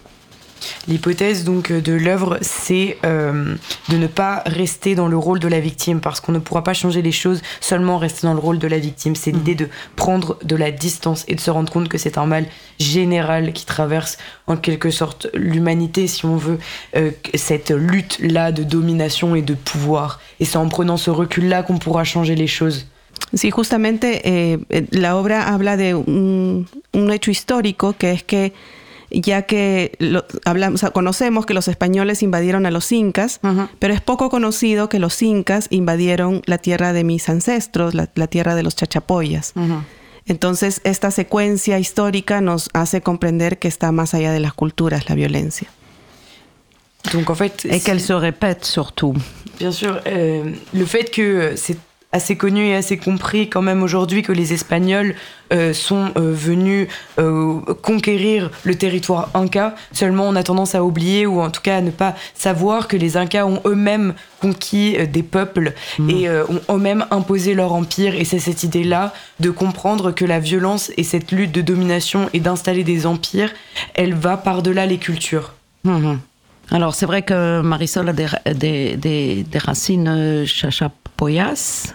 L'hypothèse donc de l'œuvre, c'est euh, de ne pas rester dans le rôle de la victime, parce qu'on ne pourra pas changer les choses seulement en restant dans le rôle de la victime. C'est l'idée de prendre de la distance et de se rendre compte que c'est un mal général qui traverse en quelque sorte l'humanité, si on veut, euh, cette lutte-là de domination et de pouvoir. Et c'est en prenant ce recul-là qu'on pourra changer les choses.
Sí, justamente eh, la obra habla de un, un hecho histórico, que es que ya que lo, hablamos, conocemos que los españoles invadieron a los incas, uh-huh. pero es poco conocido que los incas invadieron la tierra de mis ancestros, la, la tierra de los chachapoyas. Uh-huh. Entonces, esta secuencia histórica nos hace comprender que está más allá de las culturas la violencia.
Donc, en fait,
et qu'elle se répète surtout.
Bien sûr, euh, le fait que c'est assez connu et assez compris quand même aujourd'hui que les Espagnols euh, sont euh, venus euh, conquérir le territoire Inca. Seulement, on a tendance à oublier, ou en tout cas à ne pas savoir que les Incas ont eux-mêmes conquis euh, des peuples mmh. et euh, ont eux-mêmes imposé leur empire. Et c'est cette idée-là de comprendre que la violence et cette lutte de domination et d'installer des empires, elle va par-delà les cultures.
Mmh. Alors, c'est vrai que Marisol a des, des, des, des racines chachapoyas.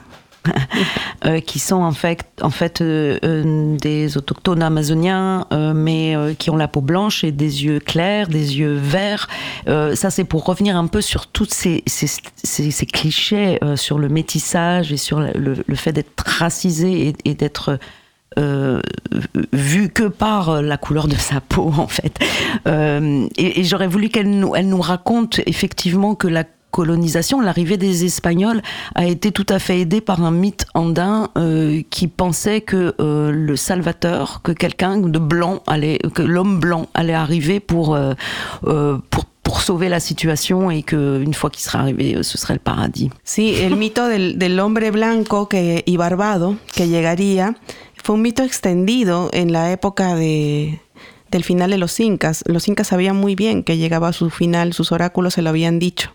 euh, qui sont en fait, en fait euh, euh, des autochtones amazoniens, euh, mais euh, qui ont la peau blanche et des yeux clairs, des yeux verts. Euh, ça, c'est pour revenir un peu sur tous ces, ces, ces, ces clichés euh, sur le métissage et sur le, le fait d'être racisé et, et d'être euh, vu que par la couleur de sa peau, en fait. Euh, et, et j'aurais voulu qu'elle nous, elle nous raconte effectivement que la colonisation, l'arrivée des Espagnols a été tout à fait aidée par un mythe andin euh, qui pensait que euh, le Salvateur, que quelqu'un de blanc allait, que l'homme blanc allait arriver pour euh, euh, pour pour sauver la situation y que une fois qu'il serait arrivé, ce serait el paradis.
Sí, el mito del, del hombre blanco que, y barbado que llegaría fue un mito extendido en la época de, del final de los incas. Los incas sabían muy bien que llegaba a su final, sus oráculos se lo habían dicho.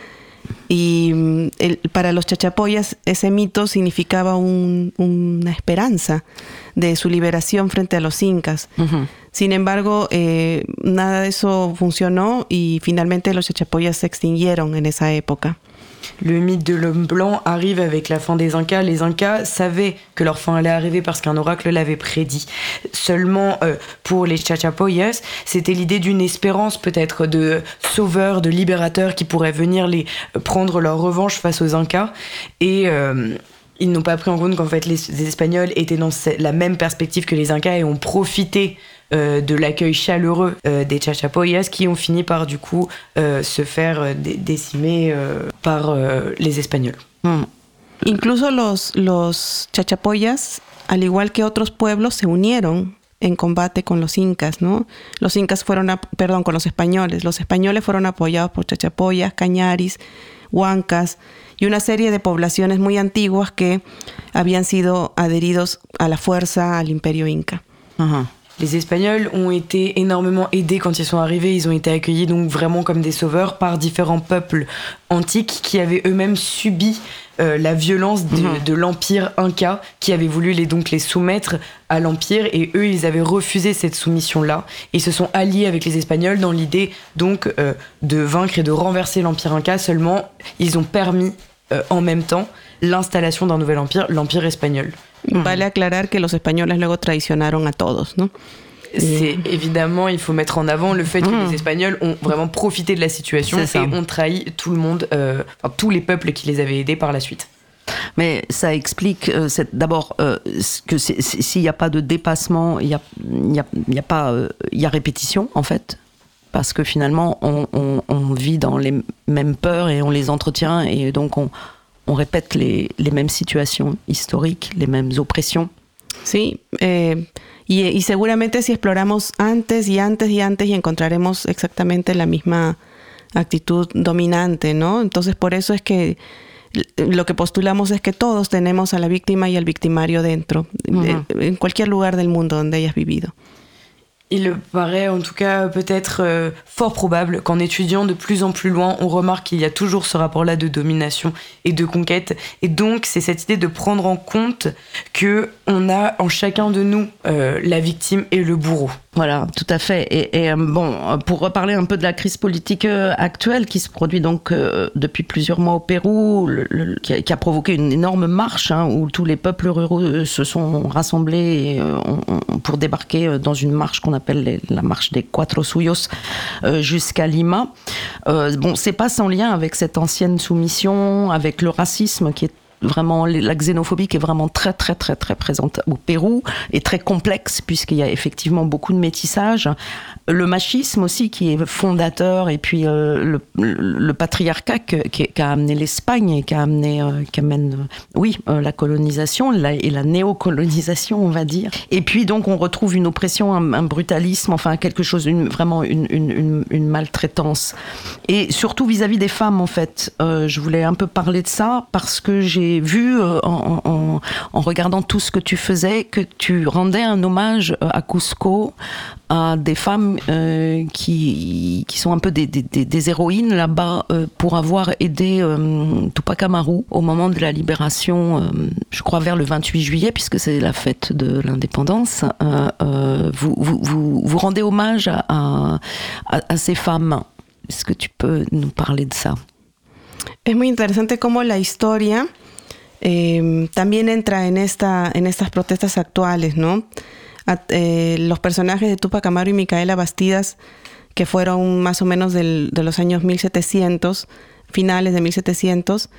Y el, para los chachapoyas ese mito significaba un, una esperanza de su liberación frente a los incas. Uh-huh. Sin embargo, eh, nada de eso funcionó y finalmente los chachapoyas se extinguieron en esa época.
Le mythe de l'homme blanc arrive avec la fin des Incas. Les Incas savaient que leur fin allait arriver parce qu'un oracle l'avait prédit. Seulement, euh, pour les Chachapoyas, c'était l'idée d'une espérance peut-être de sauveur, de libérateur qui pourrait venir les euh, prendre leur revanche face aux Incas. Et euh, ils n'ont pas pris en compte qu'en fait les, les Espagnols étaient dans la même perspective que les Incas et ont profité Euh, de l'accueil chaleureux euh, des Chachapoyas qui ont fini par du coup euh, se faire euh, dé- décimer euh, par euh, les Espagnols.
Mm. Incluso los, los Chachapoyas, al igual que otros pueblos, se unieron en combate con los incas, ¿no? Los incas fueron, a, perdón, con los españoles. Los españoles fueron apoyados por Chachapoyas, Cañaris, Huancas y una serie de poblaciones muy antiguas que habían sido adheridos a la fuerza al imperio inca.
Uh-huh. Les Espagnols ont été énormément aidés quand ils sont arrivés. Ils ont été accueillis donc vraiment comme des sauveurs par différents peuples antiques qui avaient eux-mêmes subi euh, la violence de, mmh. de l'empire inca, qui avait voulu les, donc les soumettre à l'empire. Et eux, ils avaient refusé cette soumission-là. Ils se sont alliés avec les Espagnols dans l'idée donc euh, de vaincre et de renverser l'empire inca. Seulement, ils ont permis euh, en même temps l'installation d'un nouvel empire, l'empire espagnol.
Vale aclarar que los españoles luego traicionaron a todos, ¿no?
C'est évidemment, il faut mettre en avant le fait que mmh. les Espagnols ont vraiment profité de la situation et ont trahi tout le monde, euh, enfin, tous les peuples qui les avaient aidés par la suite.
Mais ça explique euh, d'abord euh, que s'il n'y a pas de dépassement, il y a, y a, y a pas, il euh, y a répétition en fait. Parce que finalement, on, on, on vit dans les mêmes peurs et on les entretient et donc on on répète les, les mêmes situations historiques, les mêmes opressions.
Sí, eh, y, y seguramente si exploramos antes y antes y antes y encontraremos exactamente la misma actitud dominante, ¿no? Entonces por eso es que lo que postulamos es que todos tenemos a la víctima y al victimario dentro, uh-huh. de, en cualquier lugar del mundo donde hayas vivido.
Il paraît en tout cas peut-être euh, fort probable qu'en étudiant de plus en plus loin, on remarque qu'il y a toujours ce rapport-là de domination et de conquête. Et donc, c'est cette idée de prendre en compte qu'on a en chacun de nous euh, la victime et le bourreau.
Voilà, tout à fait. Et, et bon, pour reparler un peu de la crise politique actuelle qui se produit donc euh, depuis plusieurs mois au Pérou, le, le, qui, a, qui a provoqué une énorme marche hein, où tous les peuples ruraux se sont rassemblés et, euh, on, on, pour débarquer dans une marche qu'on appelle les, la marche des Cuatro Suyos euh, jusqu'à Lima. Euh, bon, c'est pas sans lien avec cette ancienne soumission, avec le racisme qui est vraiment, la xénophobie qui est vraiment très très très très présente au Pérou et très complexe puisqu'il y a effectivement beaucoup de métissage. Le machisme aussi qui est fondateur et puis euh, le, le patriarcat que, qui, qui a amené l'Espagne et qui a amené, euh, qui amène, euh, oui, euh, la colonisation la, et la néocolonisation on va dire. Et puis donc on retrouve une oppression, un, un brutalisme, enfin quelque chose, une, vraiment une, une, une, une maltraitance. Et surtout vis-à-vis des femmes en fait. Euh, je voulais un peu parler de ça parce que j'ai vu euh, en, en, en regardant tout ce que tu faisais que tu rendais un hommage à Cusco à des femmes euh, qui, qui sont un peu des, des, des héroïnes là-bas euh, pour avoir aidé euh, Tupac Amaru au moment de la libération, euh, je crois vers le vingt-huit juillet puisque c'est la fête de l'indépendance. Euh, euh, vous, vous, vous, vous rendez hommage à, à, à ces femmes. Est-ce que tu peux nous parler de ça?
Es muy interesante cómo la historia eh, también entra en, esta, en estas protestas actuales, ¿no? A, eh, los personajes de Tupac Amaru y Micaela Bastidas, que fueron más o menos del, de los años mil setecientos, finales de mil setecientos,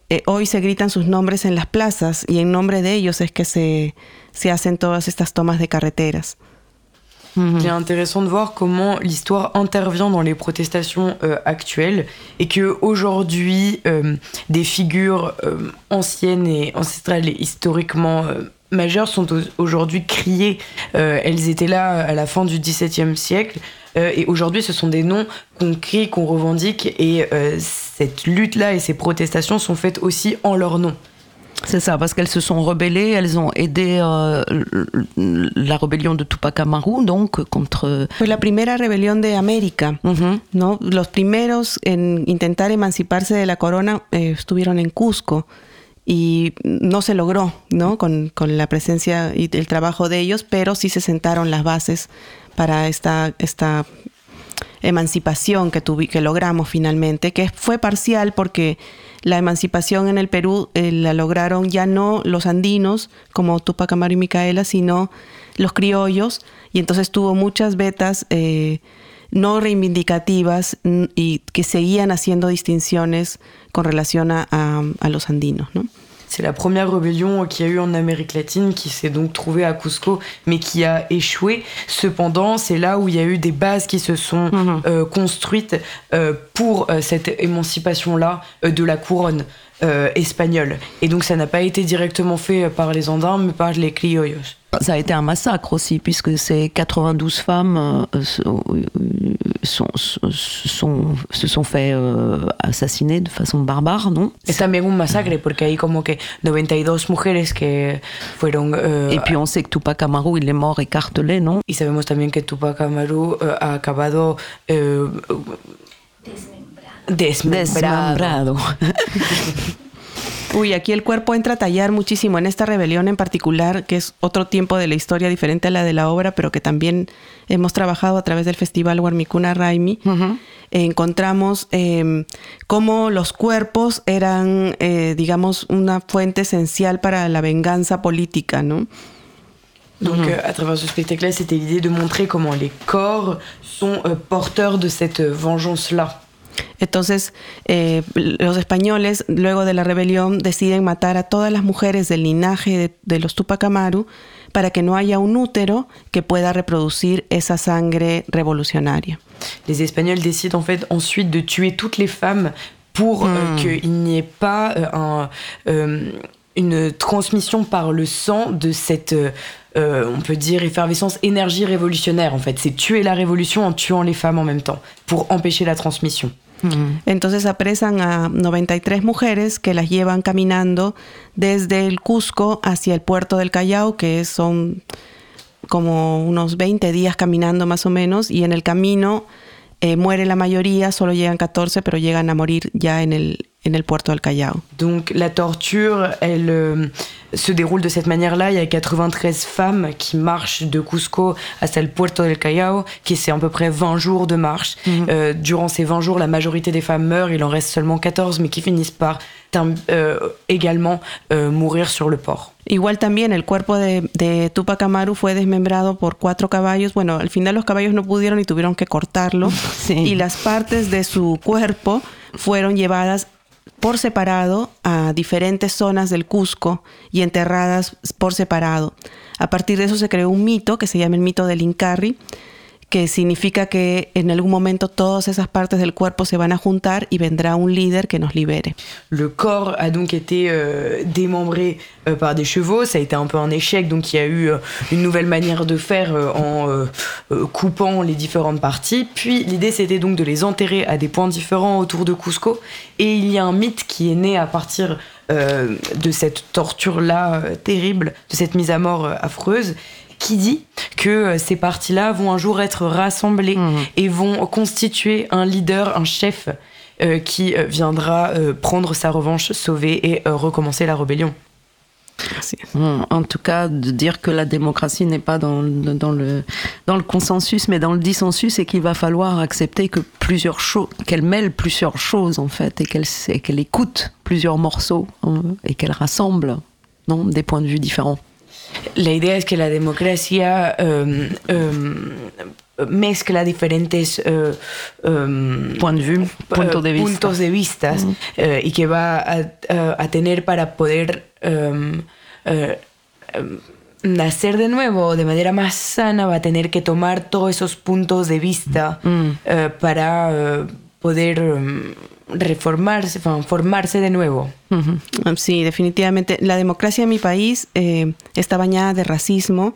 eh, hoy se gritan sus nombres en las plazas y en nombre de ellos es que se, se hacen todas estas tomas de carreteras.
C'est intéressant de voir comment l'histoire intervient dans les protestations euh, actuelles et que aujourd'hui euh, des figures euh, anciennes et ancestrales et historiquement euh, majeures sont aujourd'hui criées. Euh, elles étaient là à la fin du dix-septième siècle euh, et aujourd'hui ce sont des noms qu'on crie, qu'on revendique et euh, cette lutte-là et ces protestations sont faites aussi en leur nom.
C'est ça, parce qu'elles se sont rebellées, elles ont aidé euh, la rébellion de Tupac Amaru, donc contre...
Fue la primera rebelión de América,
Uh-huh.
¿no? Los primeros en intentar emanciparse de la corona eh, estuvieron en Cusco y no se logró, ¿no? Con, con la presencia y el trabajo de ellos, pero sí se sentaron las bases para esta, esta emancipación que, tuvi, que logramos finalmente, que fue parcial porque la emancipación en el Perú eh, la lograron ya no los andinos como Tupac Amaru y Micaela, sino los criollos, y entonces tuvo muchas vetas eh, no reivindicativas n- y que seguían haciendo distinciones con relación a, a, a los andinos, ¿no?
C'est la première rébellion qu'il y a eu en Amérique latine qui s'est donc trouvée à Cusco mais qui a échoué. Cependant, c'est là où il y a eu des bases qui se sont
Mhm.
euh, construites euh, pour euh, cette émancipation-là euh, de la couronne euh, espagnole. Et donc ça n'a pas été directement fait par les Andins mais par les criollos.
Ça a été un massacre aussi, puisque ces quatre-vingt-douze femmes euh, sont, sont, sont, se sont fait euh, assassiner de façon barbare, non?
Es también un masacre porque hay como que noventa y dos mujeres que fueron... euh,
Et puis on sait que Tupac Amaru, il est mort écartelé, non?
y sabemos también que Tupac Amaru euh, ha acabado... euh, desmembrado.
Desmembrado.
Uy, aquí el cuerpo entra a tallar muchísimo en esta rebelión en particular, que es otro tiempo de la historia diferente a la de la obra, pero que también hemos trabajado a través del Festival Warmicuna Raimi.
Uh-huh.
Eh, encontramos eh, cómo los cuerpos eran, eh, digamos, una fuente esencial para la venganza política, ¿no?
Donc mmh. euh, à travers ce spectacle-là, c'était l'idée de montrer comment les corps sont euh, porteurs de cette euh, vengeance-là.
Entonces, eh, los españoles, luego de la rebelión, deciden matar a todas las mujeres del linaje de, de los Tupac Amaru para que no haya un útero que pueda reproducir esa sangre revolucionaria.
Les Espagnols décident en fait ensuite de tuer toutes les femmes pour mmh. euh, qu'il n'y ait pas euh, un, euh, une transmission par le sang de cette, euh, on peut dire, effervescence, énergie révolutionnaire en fait. C'est tuer la révolution en tuant les femmes en même temps pour empêcher la transmission.
Entonces apresan a noventa y tres mujeres que las llevan caminando desde el Cusco hacia el puerto del Callao, que son como unos veinte días caminando más o menos, y en el camino eh, muere la mayoría, solo llegan catorce, pero llegan a morir ya en el, en el puerto del Callao.
Donc la torture, elle euh, se déroule de cette manière-là. Il y a quatre-vingt-treize femmes qui marchent de Cusco hasta el puerto del Callao, qui c'est à peu près vingt jours de marche. Mm-hmm. Euh, durant ces vingt jours, la majorité des femmes meurent. Il en reste seulement quatorze, mais qui finissent par euh, également euh, mourir sur le port.
Igual también el cuerpo de, de Tupac Amaru fue desmembrado por cuatro caballos. Bueno, al final los caballos no pudieron y tuvieron que cortarlo.
Sí.
Y las partes de su cuerpo fueron llevadas por separado a diferentes zonas del Cusco y enterradas por separado. A partir de eso se creó un mito que se llama el mito del Incarri, que significa que en algún momento todas esas partes del cuerpo se van a juntar y vendrá un líder que nos libere.
Le corps a donc été euh, démembré euh, par des chevaux, ça a été un peu un échec, donc il y a eu euh, une nouvelle manière de faire euh, en euh, euh, coupant les différentes parties. Puis l'idée c'était donc de les enterrer à des points différents autour de Cusco, et il y a un mythe qui est né à partir euh, de cette torture-là euh, terrible, de cette mise à mort euh, affreuse, qui dit que ces parties-là vont un jour être rassemblées mmh. et vont constituer un leader, un chef euh, qui viendra euh, prendre sa revanche, sauver et euh, recommencer la rébellion.
En tout cas, de dire que la démocratie n'est pas dans, dans, le, dans le consensus, mais dans le dissensus, et qu'il va falloir accepter que plusieurs choses, qu'elle mêle plusieurs choses en fait, et qu'elle, et qu'elle écoute plusieurs morceaux hein, et qu'elle rassemble non, des points de vue différents.
La idea es que la democracia um, um, mezcla diferentes uh, um,
puntos de vista, puntos de vista,
puntos de vista mm. uh, y que va a, a, a tener para poder um, uh, um, nacer de nuevo de manera más sana, va a tener que tomar todos esos puntos de vista mm. uh, para uh, poder um, reformarse, formarse de nuevo.
Uh-huh. Sí, definitivamente. La democracia en mi país eh, está bañada de racismo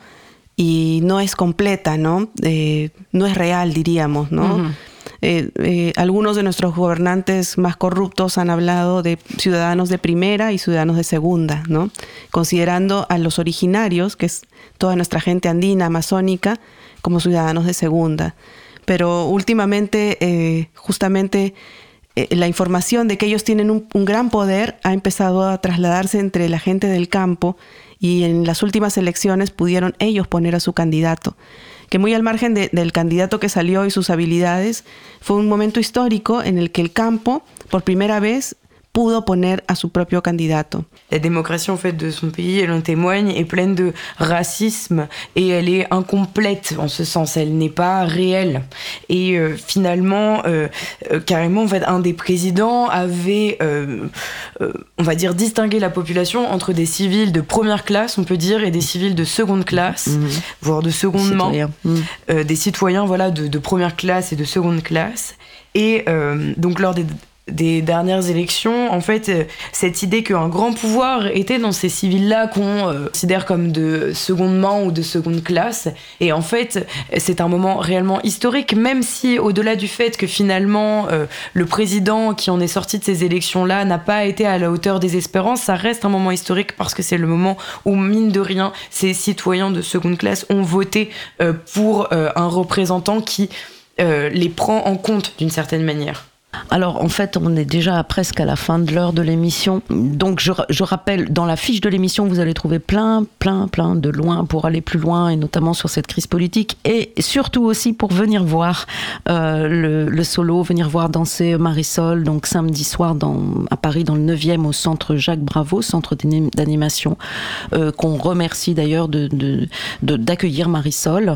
y no es completa, ¿no? Eh, no es real, diríamos, ¿no? Uh-huh. Eh, eh, algunos de nuestros gobernantes más corruptos han hablado de ciudadanos de primera y ciudadanos de segunda, ¿no? Considerando a los originarios, que es toda nuestra gente andina, amazónica, como ciudadanos de segunda. Pero últimamente, eh, justamente, eh, la información de que ellos tienen un, un gran poder ha empezado a trasladarse entre la gente del campo y en las últimas elecciones pudieron ellos poner a su candidato, que muy al margen de, del candidato que salió y sus habilidades, fue un momento histórico en el que el campo, por primera vez, pudo poner a su propio candidato.
La démocratie en fait de son pays, elle en témoigne, est pleine de racisme et elle est incomplète en ce sens, elle n'est pas réelle. Et euh, finalement, euh, euh, carrément, en fait, un des présidents avait, euh, euh, on va dire, distingué la population entre des civils de première classe, on peut dire, et des civils de seconde classe, mmh. voire de seconde main, mmh. euh, des citoyens, voilà, de, de première classe et de seconde classe. Et euh, donc lors des des dernières élections, en fait, euh, cette idée qu'un grand pouvoir était dans ces civils-là qu'on euh, considère comme de seconde main ou de seconde classe. Et en fait, c'est un moment réellement historique, même si, au-delà du fait que finalement, euh, le président qui en est sorti de ces élections-là n'a pas été à la hauteur des espérances, ça reste un moment historique parce que c'est le moment où, mine de rien, ces citoyens de seconde classe ont voté euh, pour euh, un représentant qui euh, les prend en compte d'une certaine manière.
Alors en fait on est déjà presque à la fin de l'heure de l'émission, donc je, je rappelle, dans la fiche de l'émission vous allez trouver plein plein plein de loin pour aller plus loin et notamment sur cette crise politique et surtout aussi pour venir voir euh, le, le solo, venir voir danser Marisol, donc samedi soir dans, à Paris dans le neuvième au centre Jacques Bravo, centre d'animation, euh, qu'on remercie d'ailleurs de, de, de, d'accueillir Marisol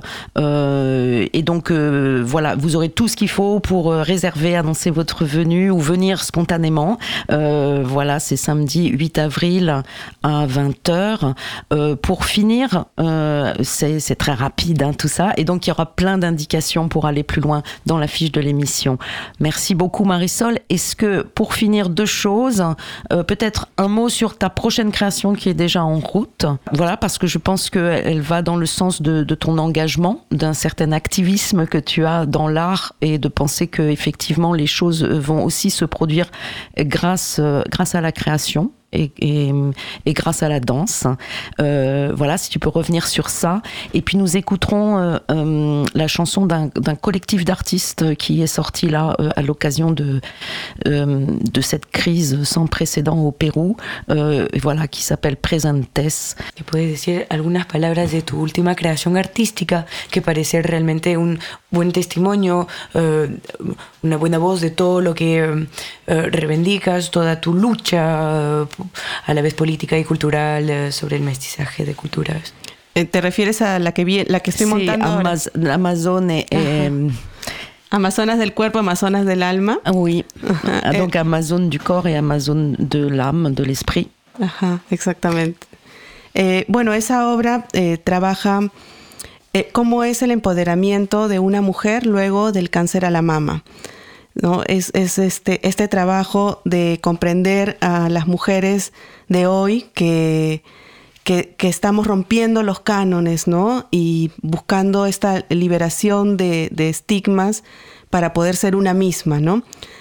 euh, et donc euh, voilà, vous aurez tout ce qu'il faut pour euh, réserver, annoncer votre venue ou venir spontanément. Euh, voilà, c'est samedi huit avril à vingt heures. Euh, pour finir, euh, c'est, c'est très rapide hein, tout ça, et donc il y aura plein d'indications pour aller plus loin dans la fiche de l'émission. Merci beaucoup Marisol. Est-ce que, pour finir, deux choses, euh, peut-être un mot sur ta prochaine création qui est déjà en route. Voilà, parce que je pense qu'elle va dans le sens de, de ton engagement, d'un certain activisme que tu as dans l'art et de penser que effectivement les choses vont aussi se produire grâce, grâce à la création et, et, et grâce à la danse. Euh, voilà, si tu peux revenir sur ça. Et puis nous écouterons euh, euh, la chanson d'un, d'un collectif d'artistes qui est sorti là euh, à l'occasion de, euh, de cette crise sans précédent au Pérou, euh, voilà, qui s'appelle Presentes.
¿Me puedes decir algunas palabras de tu última creación artística que parece realmente un buen testimonio, uh, una buena voz de todo lo que uh, reivindicas, toda tu lucha uh, a la vez política y cultural uh, sobre el mestizaje de culturas?
¿Te refieres a la que, vi, la que estoy
sí,
montando
Amaz- ahora? Amazone. Eh,
Amazonas del cuerpo, Amazonas del alma.
Oui, ah, donc eh, Amazone du corps et Amazone de l'âme, de l'esprit.
Ajá, exactamente. Eh, bueno, esa obra eh, trabaja eh, cómo es el empoderamiento de una mujer luego del cáncer a la mama, ¿no? Es, es este, este trabajo de comprender a las mujeres de hoy que, que, que estamos rompiendo los cánones, ¿no? Y buscando esta liberación de, de estigmas para poder ser una misma, ¿no?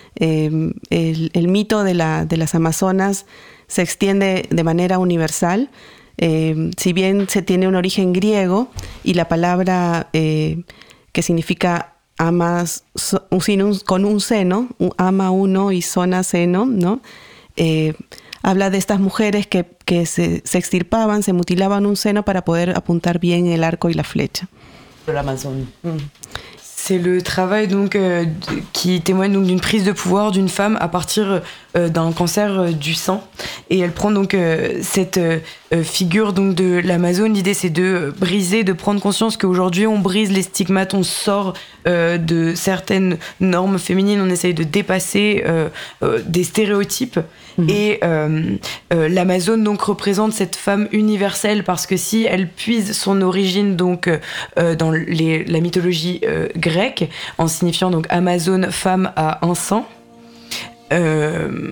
Eh, el, el mito de, la, de las amazonas se extiende de manera universal. Eh, si bien se tiene un origen griego y la palabra eh, que significa amas so, un, con un seno, un, ama uno y zona seno, ¿no? Eh, habla de estas mujeres que, que se, se extirpaban, se mutilaban un seno para poder apuntar bien el arco y la flecha.
De Amazon. Mm.
C'est le travail donc euh, qui témoigne donc d'une prise de pouvoir d'une femme à partir euh, d'un cancer euh, du sein, et elle prend donc euh, cette euh, figure donc de l'Amazone. L'idée c'est de briser, de prendre conscience qu'aujourd'hui on brise les stigmates, on sort euh, de certaines normes féminines, on essaye de dépasser euh, euh, des stéréotypes. Mmh. Et euh, euh, l'Amazone donc représente cette femme universelle parce que si elle puise son origine donc euh, dans les, la mythologie euh, grecque, en signifiant donc Amazone, femme à un sang, euh,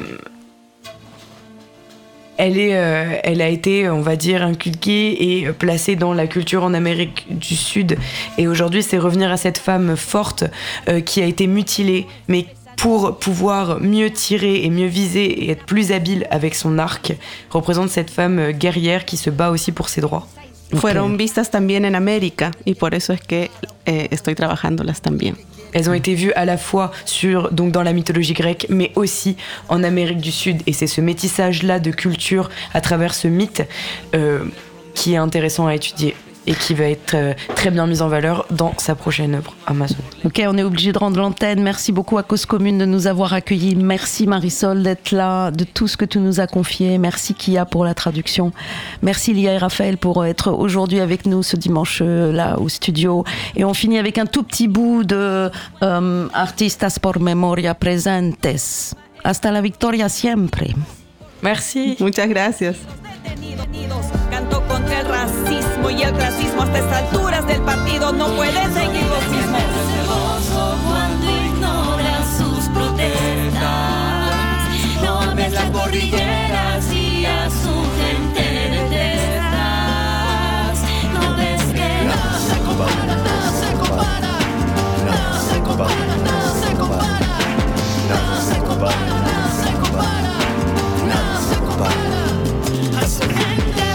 elle est, euh, elle a été, on va dire, inculquée et placée dans la culture en Amérique du Sud. Et aujourd'hui, c'est revenir à cette femme forte euh, qui a été mutilée, mais pour pouvoir mieux tirer et mieux viser et être plus habile avec son arc, représente cette femme guerrière qui se bat aussi pour ses droits.
Okay. Fueron vistas también en América y por eso es que eh, estoy trabajándolas también.
Elles ont été vues à la fois sur, donc dans la mythologie grecque, mais aussi en Amérique du Sud. Et c'est ce métissage-là de culture à travers ce mythe euh, qui est intéressant à étudier et qui va être euh, très bien mise en valeur dans sa prochaine œuvre, Amazone.
Ok, on est obligé de rendre l'antenne. Merci beaucoup à Cause Commune de nous avoir accueillis. Merci Marisol d'être là, de tout ce que tu nous as confié. Merci Kia pour la traduction. Merci Lia et Raphaël pour être aujourd'hui avec nous ce dimanche-là au studio. Et on finit avec un tout petit bout de um, Artistas por Memoria Presentes. Hasta la victoria siempre.
Merci.
Muchas gracias.
Canto contra el racismo y el clasismo hasta estas alturas del partido no pueden seguir los mismos.
Cuando ignoran sus protestas, no ames las cordilleras y a su gente detestas. No ves que nada se compara, nada se compara, nada se compara, nada se compara, nada se compara, nada se compara, nada se compara a su gente.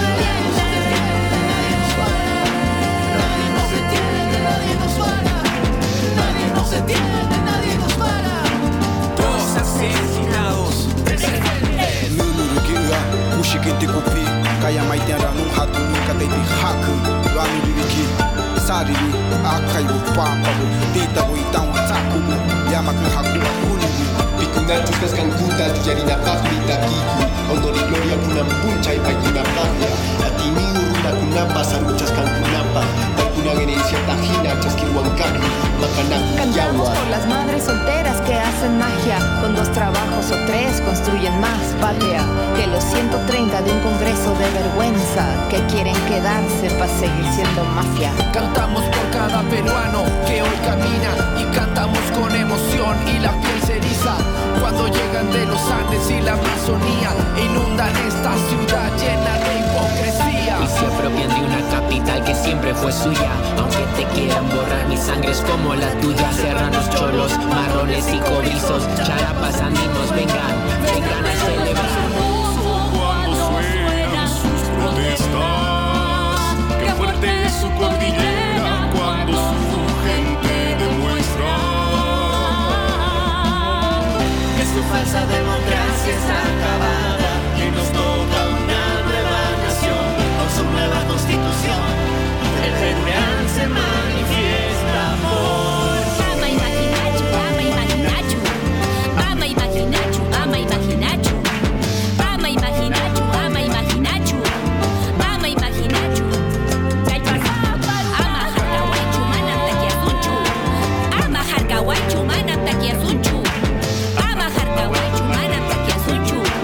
Te kopi kaya maitera nung hatu nunca te di haku wanu diriki sari akai wo papa wo tita wo itau taku yamaku haku kuni
Pikunatus kaskan kuta tujarina pafita kiku Ondo di gloria punam puncha y payuna pafia Atini uruna kunapa saruchas kan kunapa Takuna gerencia tajina chaskihuancani Macanaku
Cantamos por las madres solteras que hacen magia. Con dos trabajos o tres construyen más patria que los ciento treinta de un congreso de vergüenza que quieren quedarse para seguir siendo mafia.
Cantamos por cada peruano que hoy camina y cantamos con emoción y la piel se eriza cuando llegan de los Andes y la Amazonía inundan esta ciudad llena de hipocresía
y se apropian de una capital que siempre fue suya. Aunque te quieran borrar, mi sangre es como la tuya. Serranos, cholos, marrones y cobrizos, charapas, andinos, vengan, vengan a celebrar.
Cuando suenan sus protestas, qué fuerte es su cordillera cuando su gente demuestra que su falsa democracia está acabada y nos toca una nueva nación con su nueva constitución. El peruano se manifiesta por Ama imaginachu, ama imaginachu, ama imaginachu, ama imaginachu, ama imaginachu, ama imaginachu, ama imaginachu. Ama harkawaichu manam takiasunchu, ama harkawaichu manam takiasunchu, ama harkawaichu manam takiasunchu.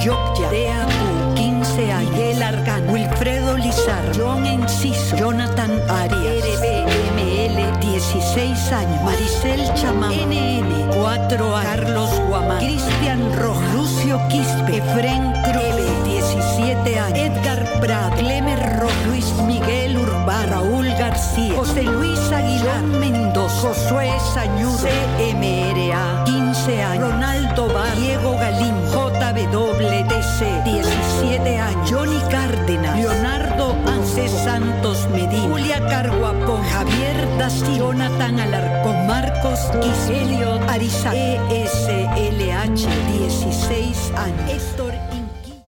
Yokya, Deacu, quince años, Miguel Argan, Wilfredo Lizar, John Enciso, Jonathan Arias, R B M L, dieciséis años, Maricel Chamán, N N, cuatro años, Carlos Guamán, Cristian Rojas, Lucio Quispe, Efren Cruz, diecisiete años, Edgar Prat, Clemer Rojas, Luis Miguel Urbán, Raúl García, José Luis Aguilar, Mendoza, Josué Sañudo, C M R A, quince años, Ronaldo Bar, Diego Galín, J W T C, diecisiete años, Johnny Cárdenas, Leonardo Anse Santos Medina, Julia Carguapón, Javier Dací, Jonathan Alarcón, Marcos Iselio Ariza, E S L H, dieciséis años, Héctor